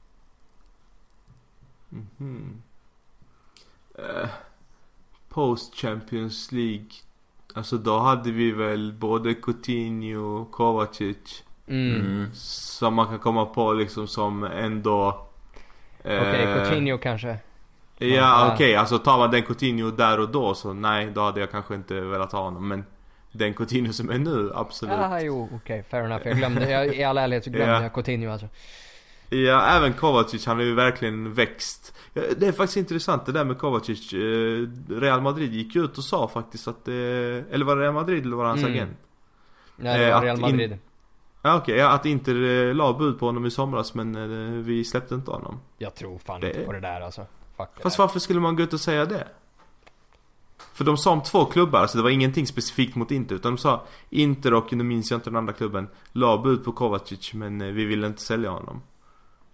Post Champions League, alltså då hade vi väl både Coutinho och Kovacic som man kan komma på liksom som ändå Okej, Coutinho kanske. Ja, okej, alltså tar man den Coutinho där och då, så nej, då hade jag kanske inte velat ha honom. Men den Coutinho som är nu, absolut. Okej, fair enough. Jag glömde, i all ärlighet så glömde jag Coutinho alltså. Ja, även Kovacic, han har ju verkligen växt. Det är faktiskt intressant det där med Kovacic. Real Madrid gick ut och sa faktiskt att eller var det Real Madrid eller var det hans agent? Nej, det var Real Madrid. Att inte la bud på honom i somras, men vi släppte inte honom. Jag tror fan inte på det där alltså. Fast varför skulle man gå ut och säga det? För de sa om 2 klubbar, så det var ingenting specifikt mot Inter, utan de sa Inter och, nu minns jag inte den andra klubben, la bud på Kovacic, men vi ville inte sälja honom.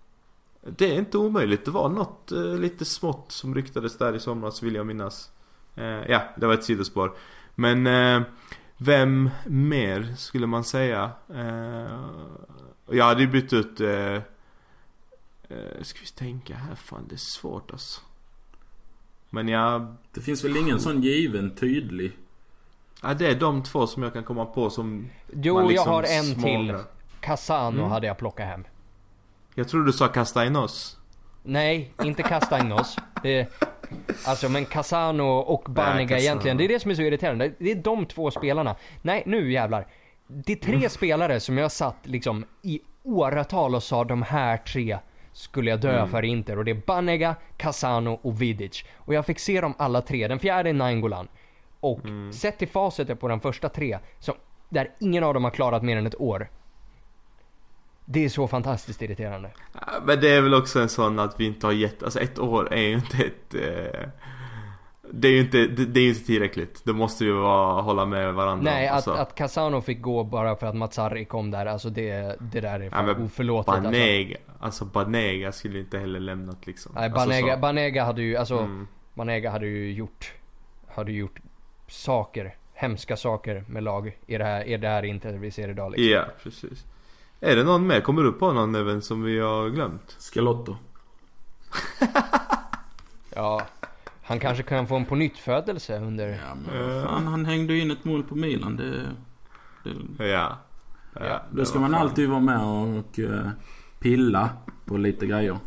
Det är inte omöjligt. Det var något lite smått som ryktades där i somras, vill jag minnas. Ja, det var ett sidospår. Men vem mer skulle man säga? Jag hade ju bytt ut ska vi tänka här, fan det är svårt alltså. Men det finns väl ingen sån given tydlig. Ja, det är de två som jag kan komma på som Jo, jag har en till. Casano hade jag plockat hem. Jag tror du sa Castainos. Nej, inte Castainos. Alltså, men Casano och Banega egentligen. Det är det som är så irriterande. Det är de två spelarna. Nej, nu jävlar. Det är 3 spelare som jag satt liksom i åratal och sa de här 3 skulle jag dö för Inter. Och det är Banega, Casano och Vidic. Och jag fick se dem alla 3. Den fjärde är Nainggolan. Och sett till facit på den första 3 där ingen av dem har klarat mer än ett år. Det är så fantastiskt irriterande. Ja, men det är väl också en sån att vi inte har gett... Alltså ett år är ju inte ett... Det är ju inte tillräckligt. Det måste ju hålla med varandra. Nej, alltså. att Casano fick gå bara för att Mazzarri kom där. Alltså det där är fan oförlåtligt. Banega skulle inte heller lämnat liksom. Nej, Banega hade ju... Alltså, Banega hade ju gjort saker, hemska saker med lag i det här inte vi ser idag liksom. Ja, precis. Är det någon mer? Kommer du på någon även som vi har glömt? Scalotto. Ja, han kanske kan få en pånyttfödelse under... Ja, men fan, han hängde in ett mål på Milan. Ja. Då ska man alltid vara med och pilla på lite grejer.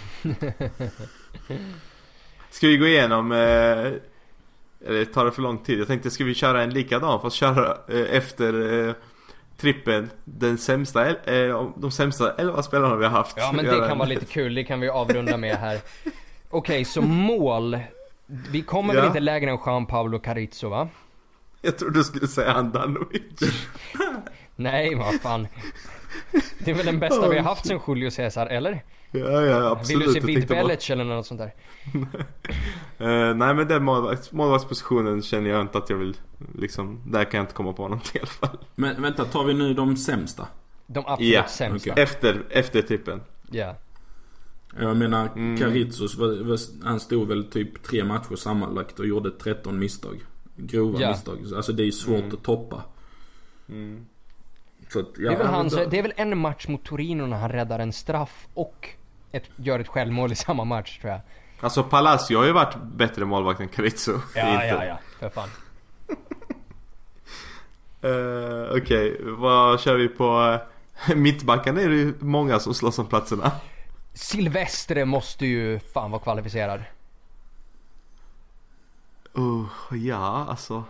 Ska vi gå igenom... Eller tar det för lång tid? Jag tänkte, ska vi köra en likadan fast köra efter trippen de sämsta 11 spelarna vi har haft. Ja, men det kan vara lite kul. Det kan vi avrunda med här. Okej, så mål. Vi kommer väl inte lägre än Jean Pablo Carrizzo, va? Jag tror du skulle säga Handanovic. Nej, vad fan. Det är väl den bästa vi har haft sen Julio Cesar, eller? Ja, absolut. Vill du se Vid Belic eller något sånt där? Nej, men den målvaktspositionen känner jag inte att jag vill liksom, där kan jag inte komma på något i alla fall. Men vänta, tar vi nu de sämsta? De absolut sämsta. Okay. Efter trippen. Ja. Jag menar, Carrizzo, han stod väl typ 3 matcher sammanlagt och gjorde 13 misstag. Grova misstag. Alltså det är svårt att toppa. Så att, det är väl en match mot Torino när han räddar en straff och gör ett självmål i samma match, tror jag. Alltså Palacio har ju varit bättre målvakt än Carrizzo. Ja, för fan. Okej, vad kör vi på mittbacken? Är det ju många som slåss om platserna. Silvestre måste ju fan vara kvalificerad. Ja, alltså.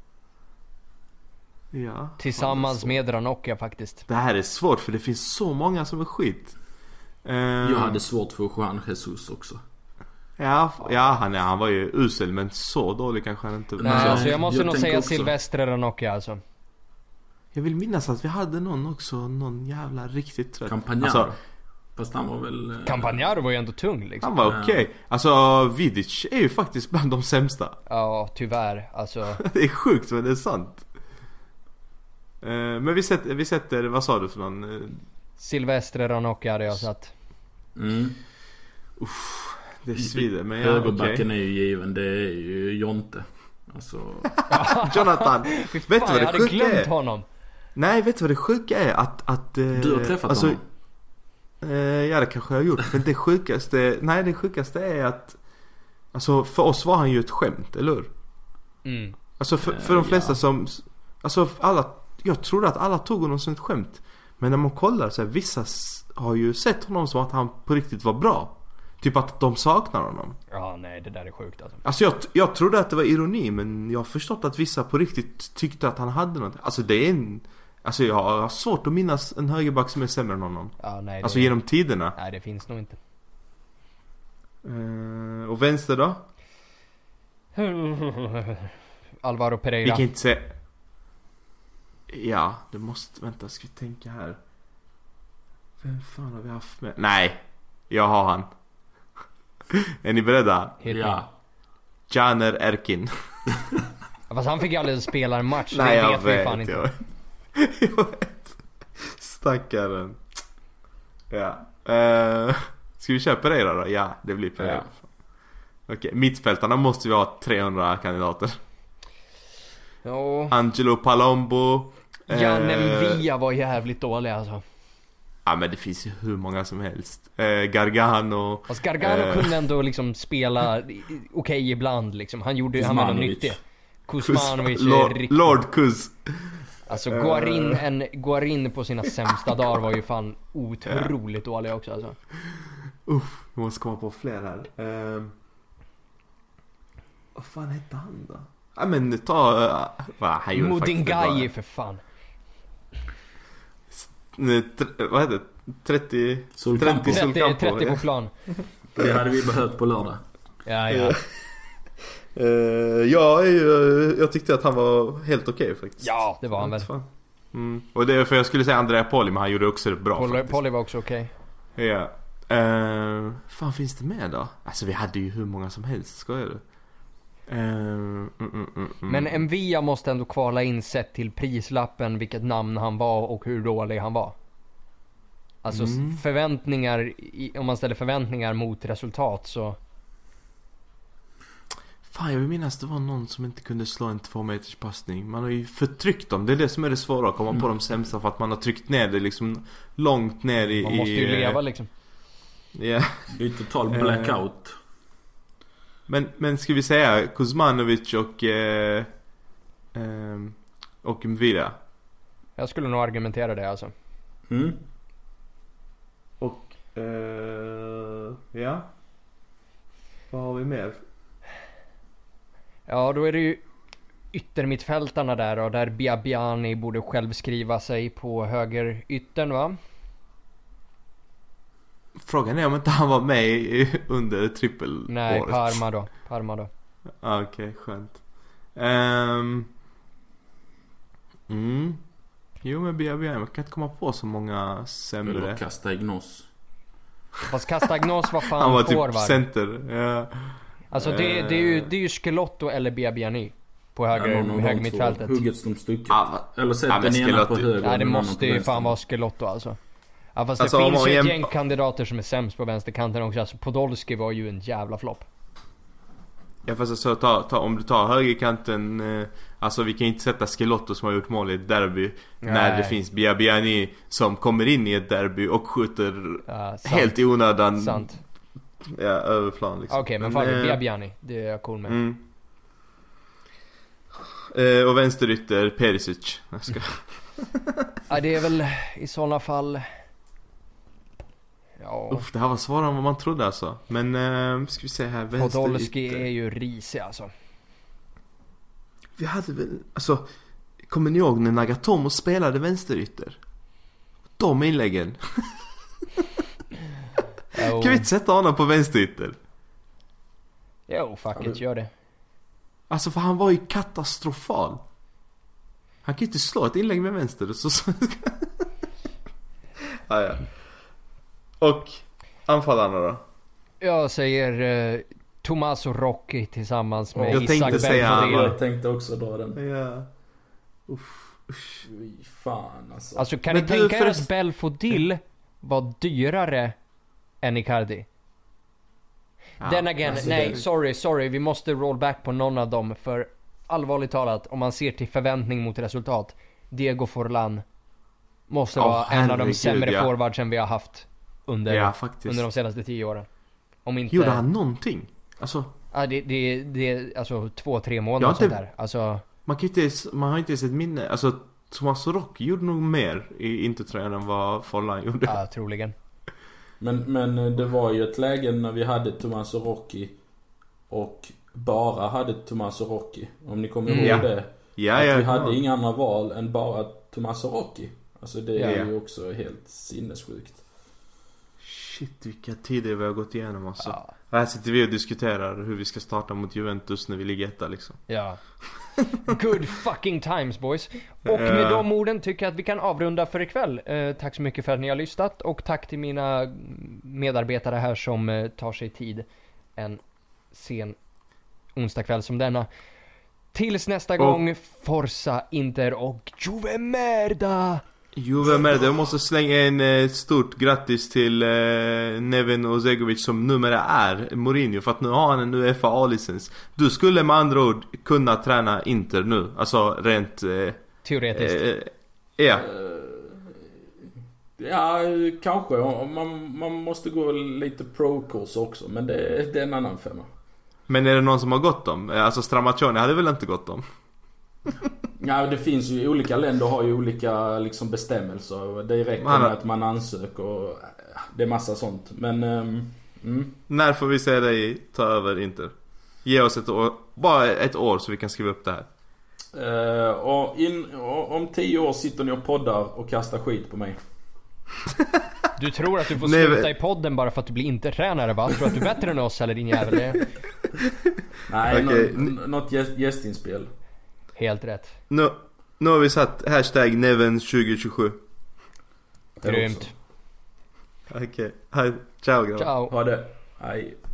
Ja. Tillsammans med Ranocchia faktiskt. Det här är svårt för det finns så många som är skit. Jag hade svårt för Juan Jesus också. Ja, han var ju usel, men så dålig kanske han inte. Nej, alltså jag måste nog säga också Silvestre Ranocchia alltså. Jag vill minnas att vi hade någon jävla riktigt trött. Campagnaro. Alltså, fast han var väl... Campagnaro var ju ändå tung liksom. Han var okej. Alltså Vidic är ju faktiskt bland de sämsta. Ja, tyvärr. Alltså... det är sjukt, men det är sant. Men vi sätter, vad sa du för någon? Silvestre Ranocchia hade jag satt. Det svider, men högerbacken är ju given. Det är ju Jonte. Alltså... Jonathan. Vet du vad det sjuka är? Glömt honom. Nej, vet du vad det sjuka är? Att du har träffat honom. Ja, det kanske jag har gjort. Men det sjukaste är att alltså för oss var han ju ett skämt, eller hur? Alltså för de flesta som... Alltså jag trodde att alla tog honom som ett skämt. Men när man kollar så här, vissa har ju sett honom som att han på riktigt var bra. Typ att de saknar honom. Ja, nej, det där är sjukt alltså. Alltså jag trodde att det var ironi, men jag har förstått att vissa på riktigt tyckte att han hade något. Alltså det är en... Alltså jag har svårt att minnas en högerback som är sämre än honom. Ja, nej, alltså genom tiderna. Nej, det finns nog inte. Och vänster då? Alvaro Pereira. Vi kan inte se... Ja, det måste... Vänta, ska vi tänka här. Vem fan har vi haft med? Nej, jag har han. Är ni beredda? Ja. Caner Erkin. Fast han fick ju aldrig spela en match. Nej, det jag vet vi fan inte. Jag vet. Stackaren. Ja. Ska vi köra Pereira då? Ja, det blir Pereira. Okej, mittfältarna måste vi ha 300 kandidater. Ja. Angelo Palombo. Janne Via var jävligt dålig alltså. Ja, men det finns ju hur många som helst. Gargano. Fast Gargano kunde ändå liksom spela okej ibland liksom. Han var något nyttigt. Kuzmanovic är riktigt... Lord Kuz. Alltså Guarin på sina sämsta dagar var ju fan otroligt dålig också alltså. Jag måste komma på fler här. Vad fan hette han då? Ja, men Mudingai för fan. Vad heter det? 30 Solcampo. 30 på plan. Det hade vi behövt på lördag. Ja. Jag tyckte att han var helt okej faktiskt. Ja, det var han väl. Och det är för jag skulle säga Andrea Poli, men han gjorde också det bra. Poli var också okej. Ja. Fan finns det med då? Alltså vi hade ju hur många som helst, skojar du? Men Envia måste ändå kvala in sett till prislappen, vilket namn han var och hur dålig han var. Alltså förväntningar, om man ställer förväntningar mot resultat så... Fan, jag vill minnas det var någon som inte kunde slå en 2 meters passning. Man har ju förtryckt dem. Det är det som är det svåra, att komma på de sämsta, för att man har tryckt ner det liksom långt ner i... Man måste ju leva liksom. Ja. Det är ju total blackout. Men ska vi säga Kuzmanovic och Mvida? Jag skulle nog argumentera det alltså. Och ja. Vad har vi mer? Ja, då är det ju yttermittfältarna där, och där Biabiani borde själv skriva sig på höger yttern, va? Frågan är om inte han var med under trippelåret. Nej, Parma då. Okej, skönt. Jo, men Biabiani, man kan inte komma på så många sämre. Eller Castagnos. Fast Castagnos var fan han var forward. typ center. Ja. Alltså det är ju Schelotto eller Biabiani på höger mittfältet. Huggets de stycken. Eller sätt den ena på höger. Ja, det måste ju fan vara Schelotto alltså. Ja, fast alltså, det finns ju ett gäng kandidater som är sämst på vänsterkanten också. Alltså Podolski var ju en jävla flopp. Ja, fast alltså, om du tar högerkanten, alltså vi kan inte sätta Schelotto som har gjort mål i ett derby. Nej. När det finns Biabiani som kommer in i ett derby och skjuter helt i onödan. Sant. Ja, över plan liksom. Okej, men fan, Biabiani, det är jag cool med. Och vänsterytter Perisic. Jag ska. Ja, det är väl i sådana fall. Ja. Det här var svårare än vad man trodde alltså. Men ska vi se här, vänsterytter. Podolski är ju risig alltså. Vi hade väl, alltså, kommer ni ihåg när Nagatomo spelade vänsterytter? De inläggen. Kan vi inte sätta honom på vänsterytter? Jo, fuck it, gör det. Alltså, för han var ju katastrofal. Han kan ju inte slå ett inlägg med vänster. Så. Ja. Och anfallarna då? Jag säger Tommaso Rocchi tillsammans med Isak Belfodil. Jag tänkte också dra den. Ja. Fan alltså. Alltså kan ni tänka er att Belfodil var dyrare än Icardi? Den again, alltså nej, sorry, vi måste roll back på någon av dem, för allvarligt talat, om man ser till förväntning mot resultat, Diego Forlan måste vara en av de sämre forwardsen vi har haft under de senaste 10 åren. Om inte... Gjorde han någonting? Alltså... Ja, det alltså 2-3 månader sånt där. Alltså... Man har inte sett minne. Alltså, Thomas Rock gjorde nog mer i Intertröjan än vad Forlan gjorde. Ja, troligen. Men det var ju ett läge när vi hade Tommaso Rocchi och bara hade Tommaso Rocchi. Om ni kommer ihåg det. Ja, vi hade inga andra val än bara Tommaso Rocchi. Alltså det är ju också helt sinnessjukt. Shit, vilka tider vi har gått igenom alltså. Ja. Här sitter vi och diskuterar hur vi ska starta mot Juventus när vi ligger etta liksom. Ja. Good fucking times, boys. Och med de orden tycker jag att vi kan avrunda för ikväll. Tack så mycket för att ni har lyssnat. Och tack till mina medarbetare här som tar sig tid en sen onsdagkväll som denna. Tills nästa gång, Forza Inter och Juve Merda! Jo, vem är det? Jag måste slänga in ett stort grattis till Neven Ozegovic som numera är Mourinho, för att nu har han en UEFA-licens. Du skulle med andra ord kunna träna Inter nu, alltså rent teoretiskt. Ja. Ja, kanske. Man måste gå lite pro-kurs också, men det är en annan femma. Men är det någon som har gått dem? Alltså Stramaccioni hade väl inte gått dem? Ja, det finns ju olika länder har ju olika liksom bestämmelser. Det räcker med att man ansöker och det är massa sånt. Men när får vi se dig ta över Inter? Ge oss ett år, bara ett år så vi kan skriva upp det här. Om 10 år sitter ni och poddar och kastar skit på mig. Du tror att du får sluta i podden bara för att du blir inte tränare, va? Tror att du är bättre än oss eller din jävel? Nej, något gästinspel. Helt rätt. Nu har vi satt hashtag Neven 2027. Grymt. Okej. Ciao grabbar. Ciao. Ha det. Hej.